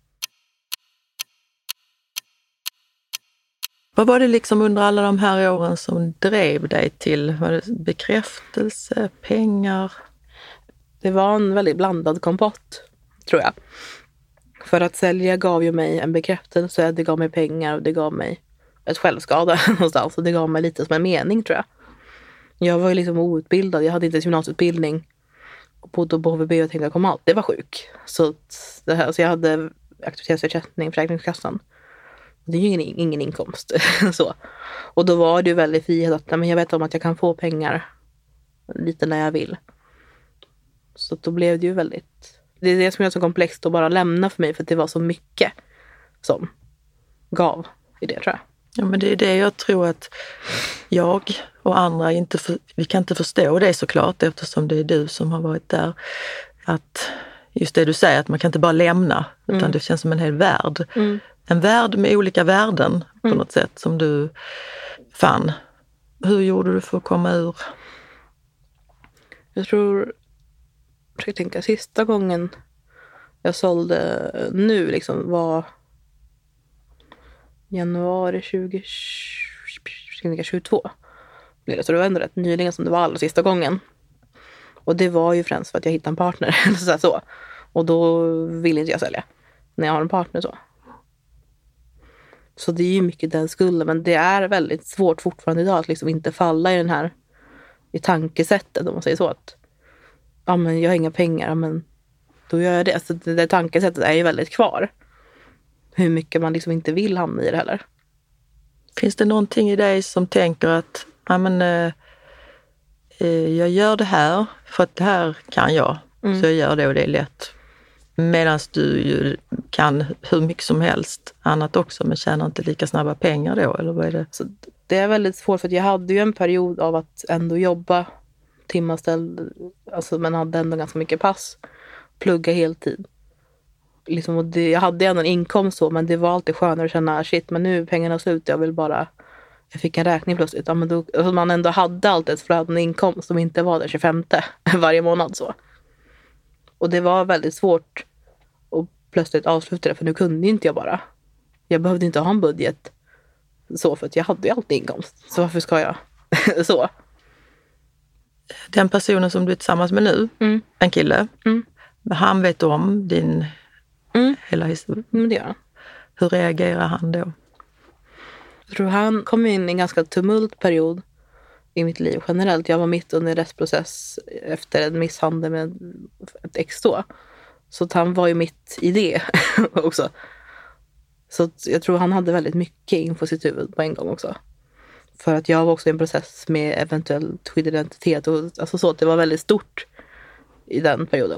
Vad var det liksom under alla de här åren som drev dig till? Var det bekräftelse, pengar? Det var en väldigt blandad kompott, tror jag. För att sälja gav ju mig en bekräftelse, det gav mig pengar och det gav mig ett självskada någonstans. Och det gav mig lite som en mening, tror jag. Jag var ju liksom outbildad, jag hade inte ens gymnasieutbildning. Och bodde på H V B och tänkte att jag kommer alltid vara sjuk. Så, det här, så jag hade aktivitetsersättning, Försäkringskassan. Det är ju ingen, ingen inkomst. så. Och då var det ju väldigt frihet att men jag vet om att jag kan få pengar lite när jag vill. Så då blev det ju väldigt... Det är det som är så komplext att bara lämna för mig, för att det var så mycket som gav i det, tror jag. Ja, men det är det jag tror att jag och andra inte... För, vi kan inte förstå det såklart, eftersom det är du som har varit där. Att just det du säger, att man kan inte bara lämna, utan mm. det känns som en hel värld. Mm. En värld med olika värden på mm. något sätt som du fann. Hur gjorde du för att komma ur? Jag tror... Jag ska tänka, sista gången jag sålde nu liksom var januari tjugo tjugotvå. Så det var ändå rätt nyligen som det var allra sista gången. Och det var ju främst för att jag hittade en partner. så, så. Och då vill inte jag sälja när jag har en partner så. Så det är ju mycket den skulden. Men det är väldigt svårt fortfarande idag att liksom inte falla i den här i tankesättet, om man säger så. Att ja, men jag har inga pengar, men då gör jag det. Alltså det där tankesättet är ju väldigt kvar. Hur mycket man liksom inte vill hamna i det heller. Finns det någonting i dig som tänker att ja, men, eh, jag gör det här för att det här kan jag. Mm. Så jag gör det och det är lätt. Medan du ju kan hur mycket som helst annat också, men tjänar inte lika snabba pengar då, eller vad är det? Så det är väldigt svårt, för att jag hade ju en period av att ändå jobba timanställd, alltså, men hade ändå ganska mycket pass. Plugga heltid. Liksom, och det, jag hade ändå en inkomst så, men det var alltid skönare att känna shit, men nu är pengarna slut, jag vill bara... Jag fick en räkning plötsligt. Ja, men då, alltså man ändå hade alltid ett flödande inkomst som inte var den tjugofemte varje månad så. Och det var väldigt svårt att plötsligt avsluta det, för nu kunde inte jag bara. Jag behövde inte ha en budget så, för att jag hade ju alltid inkomst. Så varför ska jag så? Den personen som du är tillsammans med nu, mm. en kille, mm. han vet om din mm. hela historia. Mm, det gör han. Hur reagerar han då? Jag tror han kom in i en ganska tumult period i mitt liv generellt. Jag var mitt under en rättsprocess efter en misshandel med ett ex då. Så att han var ju mitt i det också. Så att jag tror han hade väldigt mycket info i sitt huvud på en gång också. För att jag var också i en process med eventuellt skyddad identitet. Och, alltså så att det var väldigt stort i den perioden.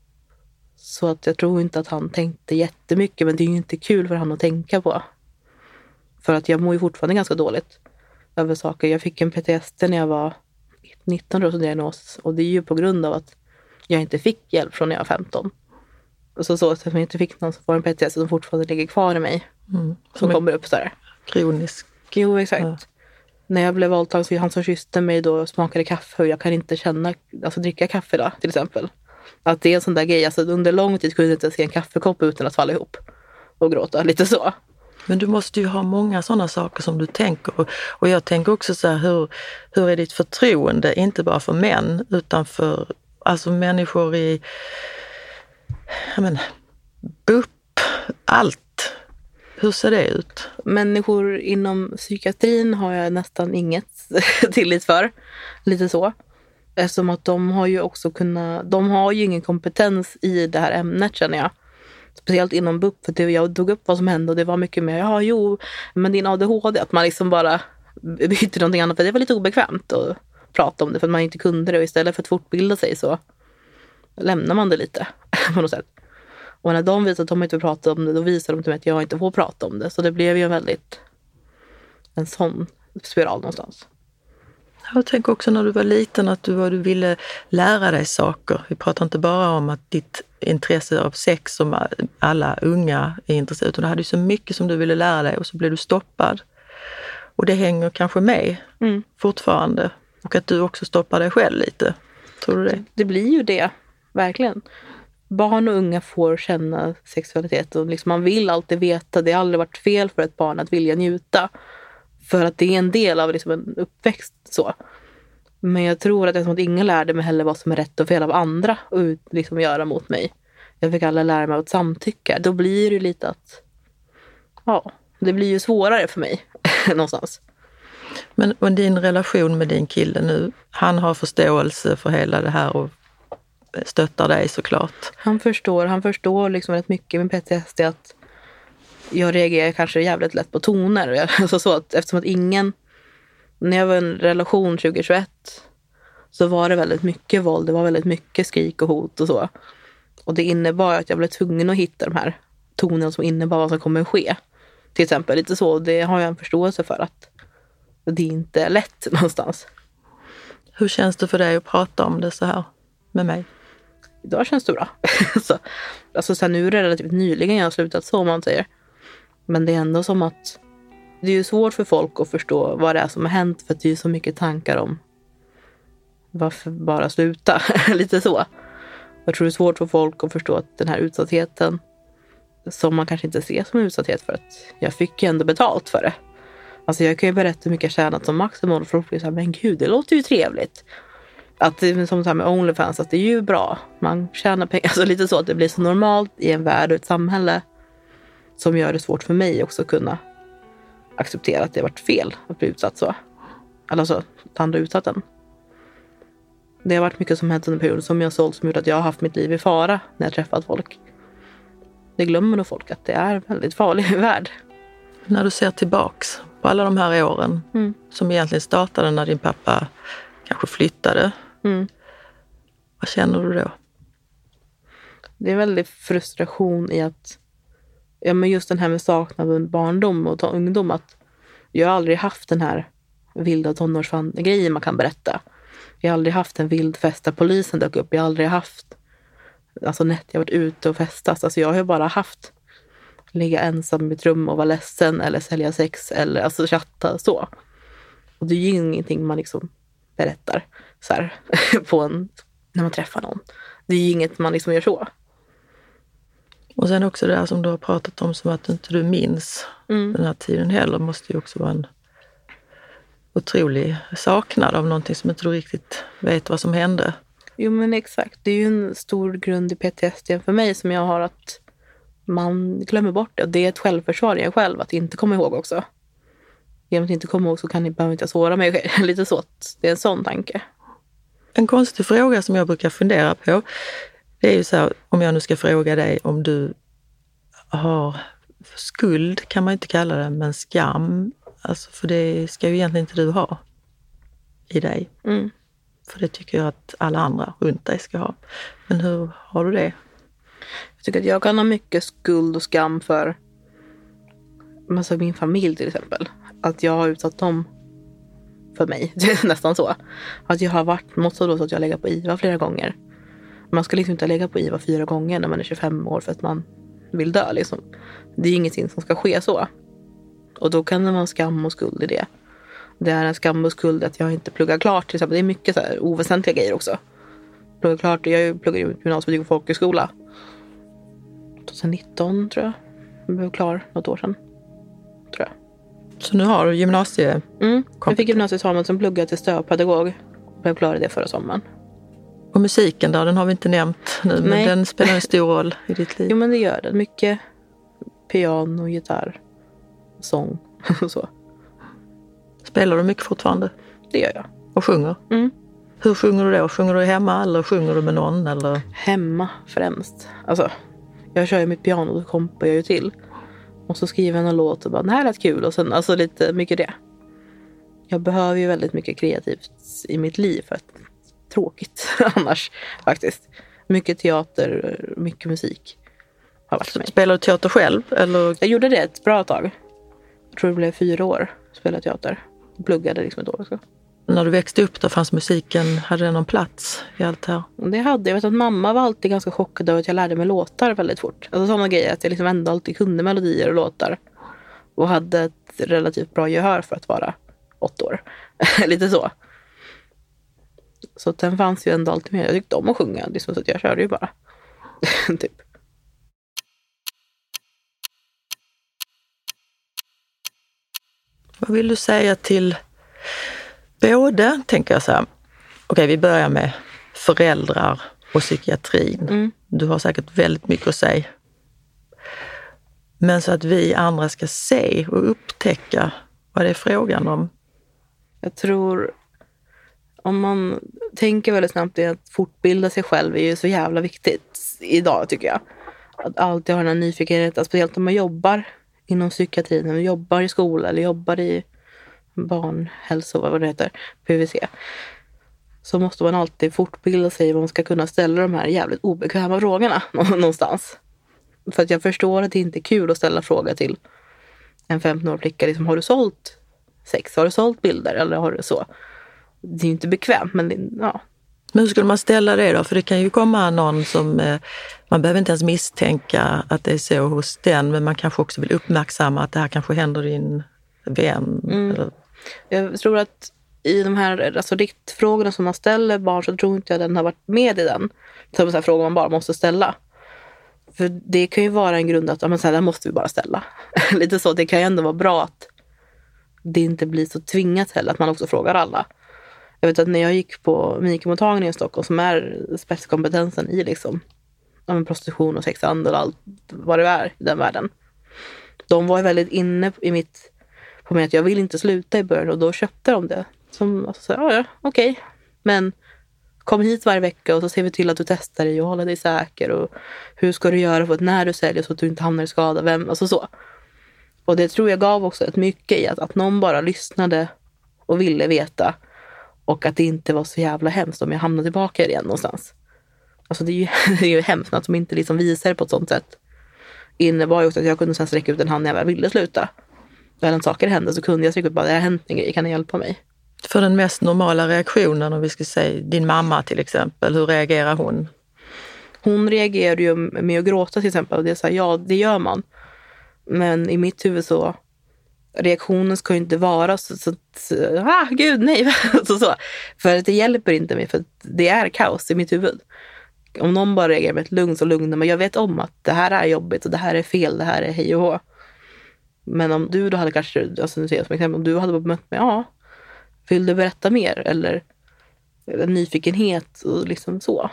Så att jag tror inte att han tänkte jättemycket. Men det är ju inte kul för han att tänka på. För att jag mår ju fortfarande ganska dåligt över saker. Jag fick en P T S D när jag var nitton år som diagnos. Och det är ju på grund av att jag inte fick hjälp från när jag var femton. Och så så att jag inte fick någon som får en P T S D som fortfarande ligger kvar i mig. Mm. Som, som kommer upp så där. Kronisk. Jo, exakt. Ja. När jag blev våldtagen så han som kysste mig då smakade kaffe. Och jag kan inte känna, alltså dricka kaffe då till exempel. Att det är en sån där grej. Alltså under lång tid kunde jag inte se en kaffekopp utan att falla ihop. Och gråta, lite så. Men du måste ju ha många sådana saker som du tänker. Och jag tänker också så här, hur, hur är ditt förtroende, inte bara för män, utan för alltså människor i jag menar, B U P, allt. Hur ser det ut? Människor inom psykiatrin har jag nästan inget tillit för. Lite så. Eftersom att de har ju också kunnat, de har ju ingen kompetens i det här ämnet, känner jag. Speciellt inom B U P, för det, jag tog upp vad som hände och det var mycket mer, ja jo, men din A D H D, att man liksom bara byter någonting annat, för det var lite obekvämt att prata om det för att man inte kunde det, och istället för att fortbilda sig så lämnar man det lite på något sätt. Och när de visar att de inte vill prata om det, då visar de till mig att jag inte får prata om det. Så det blev ju en väldigt en sån spiral någonstans. Jag tänker också när du var liten att du, var, du ville lära dig saker. Vi pratar inte bara om att ditt intresse av sex som alla unga är intresserade, utan du hade ju så mycket som du ville lära dig och så blev du stoppad. Och det hänger kanske med mm. fortfarande. Och att du också stoppar dig själv lite. Tror du det? Det blir ju det, verkligen. Barn och unga får känna sexualitet och liksom man vill alltid veta. Det har aldrig varit fel för ett barn att vilja njuta. För att det är en del av liksom en uppväxt så. Men jag tror att, det är som att ingen lärde mig heller vad som är rätt och fel av andra och liksom göra mot mig. Jag fick alla lära mig att samtycka. Då blir det lite att ja, det blir ju svårare för mig någonstans. Men, men din relation med din kille nu, han har förståelse för hela det här och stöttar dig såklart. Han förstår, han förstår liksom rätt mycket med P T S D att jag reagerar kanske jävligt lätt på toner. Alltså så att, eftersom att ingen, när jag var i en relation tjugohundratjugoett så var det väldigt mycket våld, det var väldigt mycket skrik och hot och så. Och det innebar att jag blev tvungen att hitta de här tonerna som innebar vad som kommer att ske. Till exempel lite så, det har jag en förståelse för att det inte är lätt någonstans. Hur känns det för dig att prata om det så här med mig? Idag känns det bra. så, alltså så här, nu är det relativt nyligen jag har slutat så, om man säger. Men det är ändå som att det är ju svårt för folk att förstå vad det är som har hänt, för att det är så mycket tankar om varför bara sluta. Lite så. Jag tror det är svårt för folk att förstå att den här utsattheten, som man kanske inte ser som en utsatthet, för att jag fick ju ändå betalt för det. Alltså jag kan ju berätta hur mycket jag tjänat som maximum, och folk blir så här, men gud, det låter ju trevligt. Att det är som så här med OnlyFans, att det är ju bra. Man tjänar pengar, alltså lite så att det blir så normalt i en värld och ett samhälle som gör det svårt för mig också att kunna acceptera att det har varit fel att bli utsatt så. Eller så, att andra utsatt den. Det har varit mycket som hänt under perioden som jag har sålt, som gjort att jag har haft mitt liv i fara när jag träffat folk. Det glömmer nog folk att det är en väldigt farlig värld. När du ser tillbaks på alla de här åren mm. som egentligen startade när din pappa kanske flyttade. Mm. Vad känner du då? Det är väldigt frustration i att, ja men just den här med saknad av barndom och ungdom, att jag har aldrig haft den här vilda tonårsgrejen man kan berätta. Jag har aldrig haft en vild fest där polisen dök upp. Jag har aldrig haft alltså nätt jag har varit ute och festas. Alltså jag har bara haft ligga ensam i mitt rum och vara ledsen eller sälja sex eller alltså chatta så. Och det är ju ingenting man liksom berättar så här på en, när man träffar någon. Det är ju inget man liksom gör så. Och sen också det här som du har pratat om, som att inte du minns mm. den här tiden heller, måste ju också vara en otrolig saknad av någonting som inte du riktigt vet vad som hände. Jo men exakt, det är ju en stor grund i P T S D för mig som jag har, att man glömmer bort det. Och det är ett självförsvar i en själv att inte komma ihåg också. Genom att inte komma ihåg så kan ni behöva inte såra mig själv. Lite så, det är en sån tanke. En konstig fråga som jag brukar fundera på, det är ju så här, om jag nu ska fråga dig om du har skuld, kan man inte kalla det, men skam. Alltså för det ska ju egentligen inte du ha i dig. Mm. För det tycker jag att alla andra runt dig ska ha. Men hur har du det? Jag tycker att jag kan ha mycket skuld och skam för alltså min familj till exempel. Att jag har utsatt dem för mig. Det är nästan så. Att jag har varit, måste då så att jag lägger på I V A flera gånger. Man ska liksom inte lägga på I V A fyra gånger när man är tjugofem år för att man vill dö liksom. Det är ingenting som ska ske så. Och då kan det vara skam och skuld i det. Det är en skam och skuld att jag inte pluggar klart till exempel. Det är mycket så här oväsentliga grejer också. Pluggar klart, jag pluggade ut gymnasiebetyg och folkhögskola tjugonitton tror jag. Jag blev klar något år sedan. Tror jag. Så nu har du gymnasie? Mm, jag fick gymnasieexamen som pluggade till stödpedagog. Jag blev klar i det förra sommaren. Och musiken där, den har vi inte nämnt nu. Men Nej. Den spelar en stor roll i ditt liv. Jo men det gör det. Mycket piano och gitarr. sång och så. Spelar du mycket fortfarande? Det gör jag. Och sjunger? Mm. Hur sjunger du då? Sjunger du hemma eller sjunger du med någon? Eller? Hemma främst. Alltså, jag kör ju mitt piano och kompar jag ju till. Och så skriver jag en låt och bara, det här lät kul. Och sen, alltså lite mycket det. Jag behöver ju väldigt mycket kreativt i mitt liv för att tråkigt annars faktiskt. Mycket teater, mycket musik har varit för mig. Spelar du teater själv? Eller? Jag gjorde det ett bra tag. Jag tror det blev fyra år spelade teater. Pluggade liksom ett år också. När du växte upp då fanns musiken, hade den någon plats i allt här? Det hade jag. Vet att mamma var alltid ganska chockad över att jag lärde mig låtar väldigt fort. Alltså sådana grejer att jag liksom ändå alltid kunde melodier och låtar. Och hade ett relativt bra gehör för att vara åtta år. Lite så. Så den fanns ju ändå alltid med. Jag tyckte om att sjunga. Liksom, så att jag körde ju bara. Typ. Vad vill du säga till både, tänker jag så här. Okej, vi börjar med föräldrar och psykiatrin. Mm. Du har säkert väldigt mycket att säga. Men så att vi andra ska se och upptäcka vad det är frågan om. Jag tror, om man tänker väldigt snabbt i att fortbilda sig själv är ju så jävla viktigt idag tycker jag. Att alltid ha den här nyfikenheten, speciellt om man jobbar inom psykiatrin, eller jobbar i skola eller jobbar i barnhälso, vad det heter, P V C. Så måste man alltid fortbilda sig i vad man ska kunna ställa de här jävligt obekväma frågorna någonstans. För att jag förstår att det inte är kul att ställa frågor till en femton-årig flicka. Liksom, har du sålt sex? Har du sålt bilder? Eller har du så? Det är ju inte bekvämt, men det, ja. Men hur skulle man ställa det då? För det kan ju komma någon som, eh, man behöver inte ens misstänka att det är så hos den, men man kanske också vill uppmärksamma att det här kanske händer din vän. Mm. Eller? Jag tror att i de här alltså, riktfrågorna som man ställer barn så tror inte jag den har varit med i den. Som en sån här fråga man bara måste ställa. För det kan ju vara en grund att ja, men så här, där måste vi bara ställa. Lite så, det kan ju ändå vara bra att det inte blir så tvingat heller, att man också frågar alla. Jag vet att när jag gick på Mika-mottagningen i Stockholm som är spetskompetensen i liksom ja, men prostitution och sexhandel och allt vad det är i den världen. De var ju väldigt inne i mitt på mig att jag vill inte sluta i början och då köpte de det. Som alltså, så, ja, ja okej. Okay. Men kom hit varje vecka och så ser vi till att du testar dig och håller dig säker och hur ska du göra för att när du säljer så att du inte hamnar i skada, vem, alltså så. Och det tror jag gav också ett mycket i att, att någon bara lyssnade och ville veta och att det inte var så jävla hemskt om jag hamnade tillbaka igen någonstans. Alltså det är ju, det är ju hemskt att de inte liksom visar på ett sånt sätt. Innebar ju också att jag kunde sen sträcka ut en hand när jag väl ville sluta. När en saker hände så kunde jag sträcka ut bara, det har hänt en grej, kan ni hjälpa mig? För den mest normala reaktionen, om vi ska säga din mamma till exempel, hur reagerar hon? Hon reagerar ju med att gråta till exempel och det är så här, ja det gör man. Men i mitt huvud så reaktionen ska ju inte vara så, så ah gud nej så, så. För att det hjälper inte mig för att det är kaos i mitt huvud. Om någon bara reagerar med ett lugn så lugnar man. Jag vet om att det här är jobbigt och det här är fel, det här är hej och hå. Men om du då hade kanske, alltså som exempel, om du hade bemött mig, ja, vill du berätta mer? Eller, eller nyfikenhet och liksom så.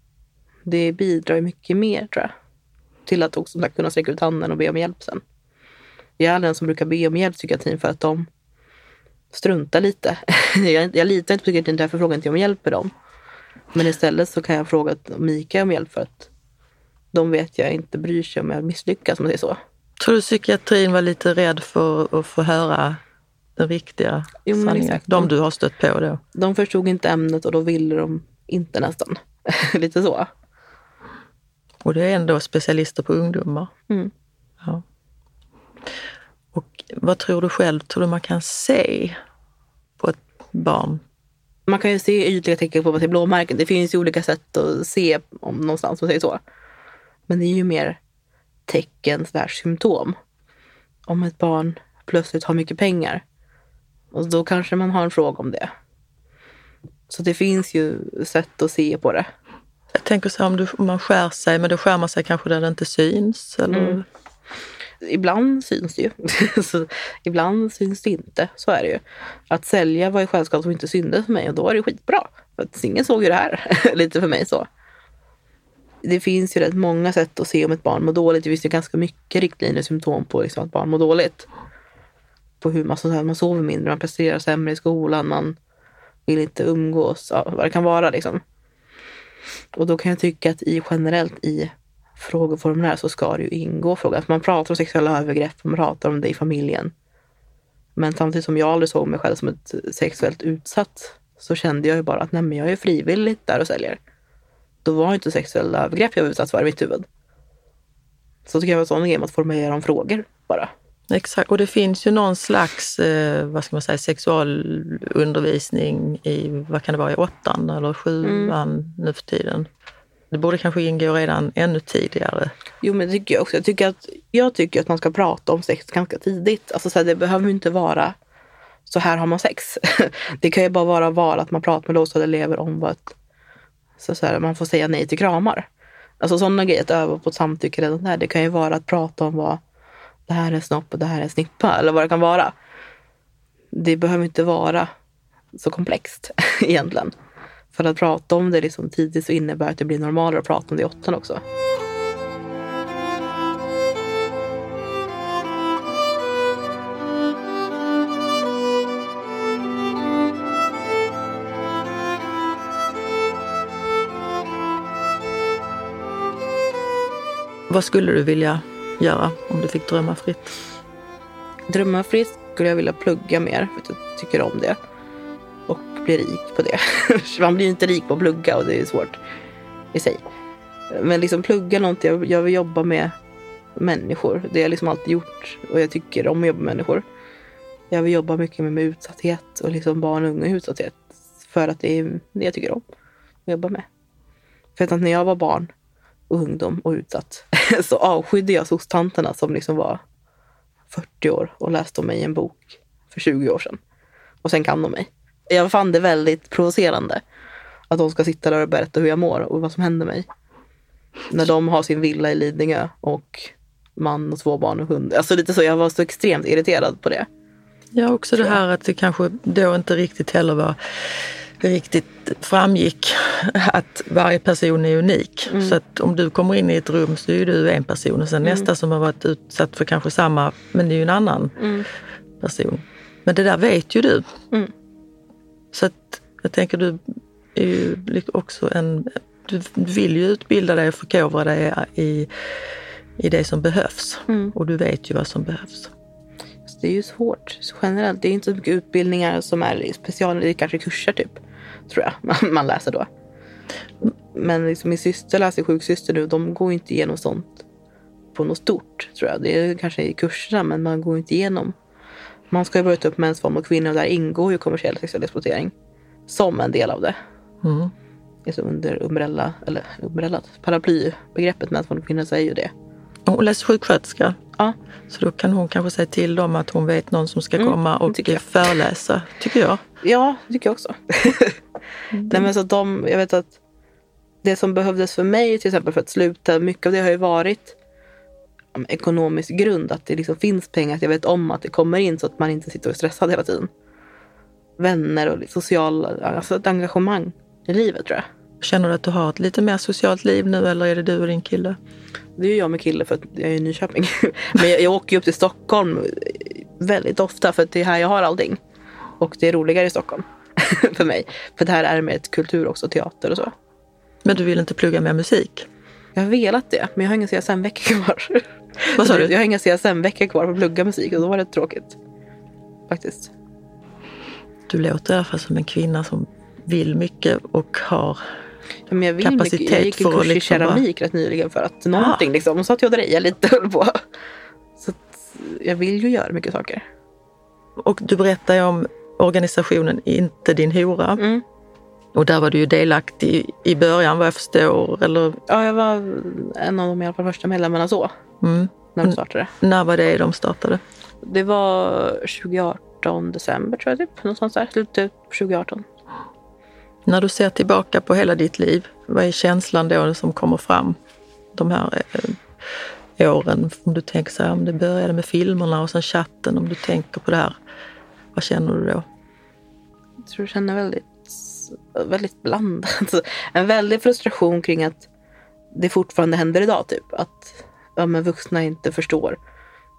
Det bidrar mycket mer tror jag. Till att också kunna sträcka ut handen och be om hjälp sen. Jag är den som brukar be om hjälp psykiatrin för att de struntar lite. jag, jag litar inte på psykiatrin, därför frågar inte jag om hjälp med dem. Men istället så kan jag fråga Mika om hjälp för att de vet jag inte bryr sig om jag misslyckas, om det är så. Tror du psykiatrin var lite rädd för att få höra den riktiga jo, sanningen? Exakt. De du har stött på då? De förstod inte ämnet och då ville de inte nästan. Lite så. Och det är ändå specialister på ungdomar. Mm. Ja. Och vad tror du själv, tror du man kan se på ett barn? Man kan ju se ytliga tecken på till blåmärken. Det finns ju olika sätt att se om någonstans, man säger så. Men det är ju mer tecken slash symptom. Om ett barn plötsligt har mycket pengar. Och då kanske man har en fråga om det. Så det finns ju sätt att se på det. Jag tänker så här, om, du, om man skär sig, men då skär man sig kanske där det inte syns, eller? Mm. Ibland syns det ju. Så ibland syns det inte. Så är det ju. Att sälja var ju självklart som inte syndes för mig och då är det skitbra. För att ingen såg ju det här. Lite för mig så. Det finns ju rätt många sätt att se om ett barn mår dåligt. Det finns ju ganska mycket riktlinjer och symptom på liksom att barn mår dåligt. på hur man, så här, man sover mindre, man presterar sämre i skolan, man vill inte umgås, ja, vad det kan vara liksom. Och då kan jag tycka att i generellt i frågeformulär så ska det ju ingå frågan. Att man pratar om sexuella övergrepp, man pratar om det i familjen. Men samtidigt som jag aldrig såg mig själv som ett sexuellt utsatt, så kände jag ju bara att nej, men jag är frivilligt där och säljer. Då var inte sexuella övergrepp jag var utsatt för i mitt huvud. Så tycker jag var sån grej att formulera om frågor bara. Exakt, och det finns ju någon slags, eh, vad ska man säga, sexualundervisning i, vad kan det vara, i åttan eller sjuan mm. nu för tiden. Det borde kanske ingå redan ännu tidigare. Jo, men det tycker jag också. Jag tycker att, jag tycker att man ska prata om sex ganska tidigt. Alltså så här, det behöver ju inte vara så här har man sex. Det kan ju bara vara vara att man pratar med lågstadieelever om vad ett, så så här, man får säga nej till kramar. Alltså sådana grejer, att öva på ett samtycke redan där. Det kan ju vara att prata om vad det här är snopp och det här är snippa eller vad det kan vara. Det behöver inte vara så komplext egentligen. För att prata om det liksom tidigt så innebär att det blir normalare att prata om det i åttan också. Vad skulle du vilja göra om du fick drömma fritt? Drömma fritt skulle jag vilja plugga mer, för att jag tycker om det. Och bli rik på det. Man blir ju inte rik på att plugga och det är svårt i sig. Men liksom plugga någonting, jag vill jobba med människor. Det har jag liksom alltid gjort och jag tycker om att jobba med människor. Jag vill jobba mycket med, med utsatthet och liksom barn och unga i utsatthet. För att det är det jag tycker om att jobba med. För att när jag var barn och ungdom och utsatt så avskydde jag sostanterna som liksom var fyrtio år och läste om mig i en bok för tjugo år sedan. Och sen kan de mig. Jag fann det väldigt provocerande att de ska sitta där och berätta hur jag mår och vad som händer mig. När de har sin villa i Lidingö och man och två barn och hund. Alltså lite så, jag var så extremt irriterad på det. Ja, också det här att det kanske då inte riktigt heller var riktigt framgick att varje person är unik. Mm. Så att om du kommer in i ett rum så är du en person och sen mm. nästa som har varit utsatt för kanske samma, men det är ju en annan mm. person. Men det där vet ju du. Mm. Så att jag tänker du är ju också en, du vill ju utbilda dig och förkovra dig i, i det som behövs. Mm. Och du vet ju vad som behövs. Det är ju svårt generellt. Det är inte så mycket utbildningar som är special, det är kanske kurser typ, tror jag, man, man läser då. Men liksom min syster läser sjuksyster nu, de går inte igenom sånt på något stort, tror jag. Det är kanske i kurserna, men man går inte igenom. Man ska ju börja ta upp mäns våld mot kvinnor och där ingår ju kommersiell sexuell exploatering som en del av det. Mm. Alltså under umbrella, eller umbrella, paraplybegreppet mäns våld mot kvinnor säger ju det. Hon läser sjuksköterska. Ja. Så då kan hon kanske säga till dem att hon vet någon som ska mm, komma och föreläsa, tycker jag. Ja, tycker jag också. mm. Nej, men så de, jag vet att det som behövdes för mig till exempel för att sluta, mycket av det har ju varit um, ekonomisk grund. Att det liksom finns pengar, att jag vet om att det kommer in så att man inte sitter och är stressad hela tiden. Vänner och social, alltså ett engagemang i livet, tror jag. Känner du att du har ett lite mer socialt liv nu eller är det du och din kille? Det är ju jag med kille för att jag är i Nyköping. Men jag, jag åker ju upp till Stockholm väldigt ofta för att det är här jag har allting. Och det är roligare i Stockholm för mig. För det här är med ett kultur också, teater och så. Men du vill inte plugga mer musik? Jag har velat det, men jag har inga C S M-veckor kvar. Vad sa du? Jag har inga C S M-veckor kvar för att plugga musik och då var det tråkigt. Faktiskt. Du låter i alla fall som en kvinna som vill mycket och har ja, men jag vill kapacitet mycket. Jag gick en för kurs i liksom keramik bara rätt nyligen för att någonting ah. liksom. Och så att jag dreja lite på. Så att jag vill ju göra mycket saker. Och du berättar ju om organisationen Inte din hora. Mm. Och där var du ju delaktig i början vad jag förstår. Eller? Ja, jag var en av de i alla fall första medlemmarna så. Mm. När de startade. N- när var det de startade? Det var tjugo arton december tror jag typ. Någonstans där, slutet tjugo arton. När du ser tillbaka på hela ditt liv, vad är känslan då som kommer fram de här eh, åren? Om du tänker så här, om det började med filmerna och sen chatten, om du tänker på det här, vad känner du då? Jag tror jag känner väldigt, väldigt blandat. En väldig frustration kring att det fortfarande händer idag typ. Att ja, men vuxna inte förstår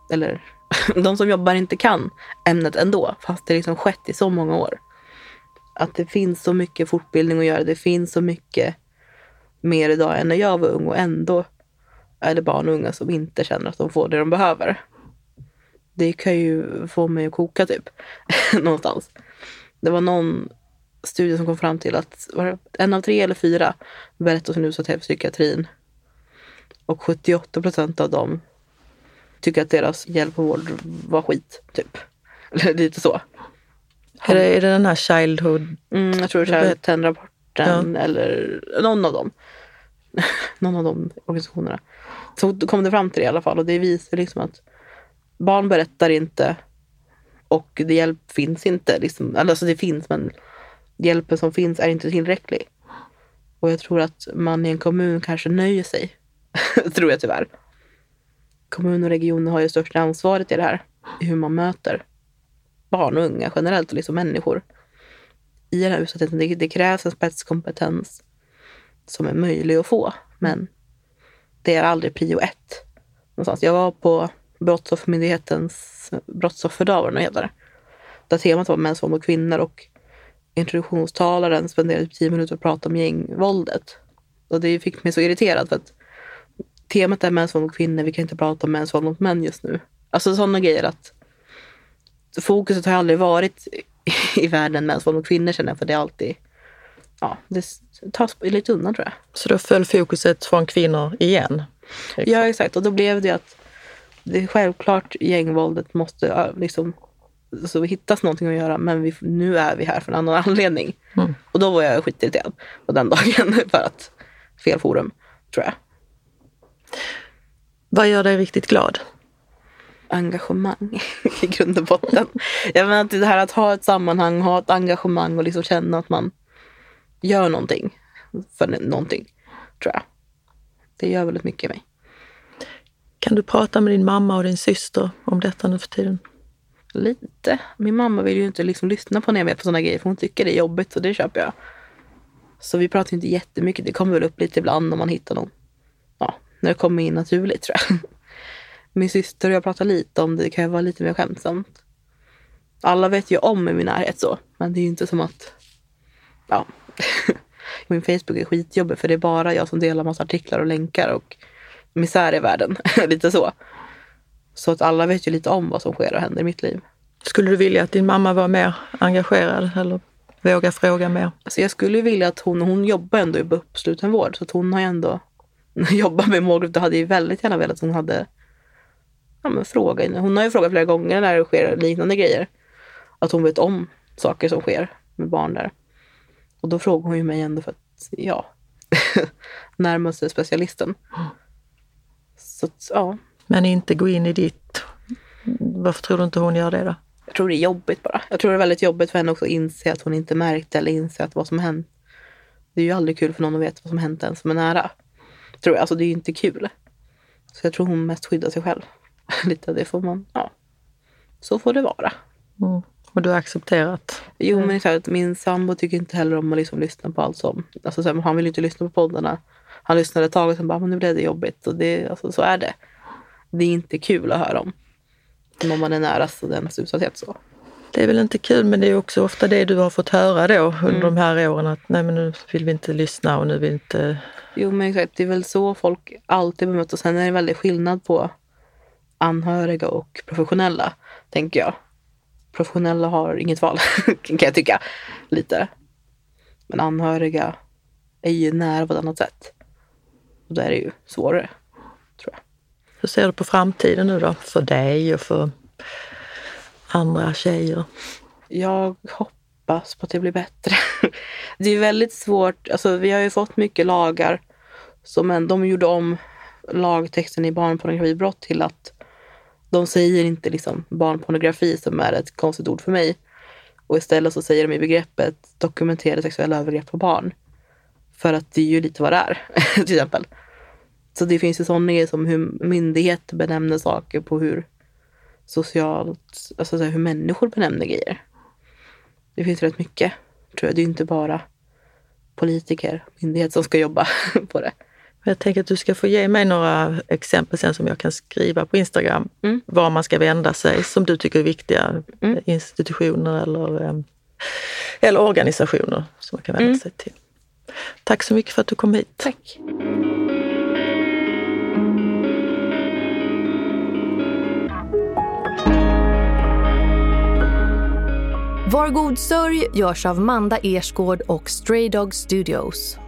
eller de som jobbar inte kan ämnet ändå, fast det liksom skett i så många år. Att det finns så mycket fortbildning att göra, det finns så mycket mer idag än när jag var ung, och ändå är det barn och unga som inte känner att de får det de behöver. Det kan ju få mig att koka typ någonstans. Det var någon studie som kom fram till att var en av tre eller fyra berättar sin utsatthet för psykiatrin, och sjuttioåtta procent av dem tycker att deras hjälp och vård var skit typ. Eller lite så. Är det, är det den här Childhood? Mm, jag tror Childhood-rapporten ja. Eller någon av dem. någon av de organisationerna. Så kom det fram till det i alla fall, och det visar liksom att barn berättar inte, och det hjälp finns inte. Liksom, alltså det finns, men hjälpen som finns är inte tillräcklig. Och jag tror att man i en kommun kanske nöjer sig. tror jag tyvärr. Kommun och regioner har ju största ansvaret i det här. I hur man möter barn och unga generellt, och liksom människor. I den här utsattheten, det, det krävs en spetskompetens som är möjlig att få. Men det är aldrig prio ett. Någonstans. Jag var på Brottsoffermyndighetens brottsofferdag, vad det heter det. Där temat var mäns våld mot kvinnor, och introduktionstalaren spenderade tio minuter att prata om gängvåldet. Och det fick mig så irriterad, för att temat är mäns våld mot kvinnor, vi kan inte prata om mäns våld mot män just nu. Alltså sådana grejer, att fokuset har aldrig varit i världen mäns våld mot kvinnor, känner jag, för det är alltid, ja, det tas lite undan tror jag. Så då föll fokuset från kvinnor igen? Ja, exakt. Och då blev det att det är självklart gängvåldet måste liksom så hittas någonting att göra, men vi, nu är vi här för en annan anledning. Mm. Och då var jag skitirriterad på den dagen för att fel forum, tror jag. Vad gör dig riktigt glad? Engagemang i grund och botten. Jag menar att det här att ha ett sammanhang, ha ett engagemang och liksom känna att man gör någonting för någonting, tror jag. Det gör väldigt mycket i mig. Kan du prata med din mamma och din syster om detta nu för tiden? Lite. Min mamma vill ju inte liksom lyssna på när jag är på sådana grejer, för hon tycker det är jobbigt, och det köper jag. Så vi pratar inte jättemycket. Det kommer väl upp lite ibland om man hittar någon. Ja, när det kommer in naturligt, tror jag. Min syster och jag pratar lite om det. Det kan ju vara lite mer skämtsamt. Alla vet ju om i min närhet så. Men det är ju inte som att... Ja. Min Facebook är skitjobbig, för det är bara jag som delar massa artiklar och länkar och misär i världen. Lite så. Så att alla vet ju lite om vad som sker och händer i mitt liv. Skulle du vilja att din mamma var mer engagerad eller våga fråga mer? Alltså jag skulle vilja att hon, hon jobbar ändå i B U P slutenvård, så att hon har ju ändå jobbat med målgrupp. Det hade ju väldigt gärna velat att hon hade ja, men fråga. Hon har ju frågat flera gånger när det sker liknande grejer. Att hon vet om saker som sker med barn där. Och då frågar hon ju mig ändå för att, ja, närmaste specialisten. Så att, ja. Men inte gå in i ditt... Varför tror du inte hon gör det då? Jag tror det är jobbigt bara. Jag tror det är väldigt jobbigt för henne också att inse att hon inte märkte eller inse att vad som hänt. Det är ju aldrig kul för någon att veta vad som hänt än som är nära. Tror jag. Alltså det är ju inte kul. Så jag tror hon mest skyddar sig själv. Lite av det får man, ja. Så får det vara. Mm. Och du har accepterat? Jo, mm. men exakt. Min sambo tycker inte heller om att liksom lyssna på allt som... Alltså så här, han vill inte lyssna på poddarna. Han lyssnade ett tag och sen bara, men nu blev det jobbigt. Och det, alltså, så är det. Det är inte kul att höra om. Om man är nära så dennas utsatthet så. Det är väl inte kul, men det är också ofta det du har fått höra då under mm. de här åren. Att nej, men nu vill vi inte lyssna och nu vill vi inte... Jo, men exakt. Det är väl så folk alltid bemöter. Och sen är det väldigt skillnad på anhöriga och professionella, tänker jag. Professionella har inget val, kan jag tycka. Lite. Men anhöriga är ju nära på ett annat sätt. Och då är det ju svårare, tror jag. Hur ser du på framtiden nu då? För dig och för andra tjejer? Jag hoppas på att det blir bättre. Det är väldigt svårt. Alltså, vi har ju fått mycket lagar. Som de gjorde om lagtexten i barnpornografibrott till att de säger inte liksom barnpornografi, som är ett konstigt ord för mig. Och istället så säger de i begreppet dokumenterade sexuella övergrepp på barn. För att det är ju lite vad det är, till exempel. Så det finns ju sådana grejer som hur myndigheter benämner saker på hur socialt, alltså så här, hur människor benämner grejer. Det finns rätt mycket, tror jag. Det är ju inte bara politiker, myndigheter som ska jobba på det. Jag tänker att du ska få ge mig några exempel sen som jag kan skriva på Instagram. Mm. Var man ska vända sig som du tycker är viktiga. Mm. Institutioner eller, eller organisationer som man kan vända mm. sig till. Tack så mycket för att du kom hit. Tack. Var god sörj görs av Manda Ersgård och Stray Dog Studios.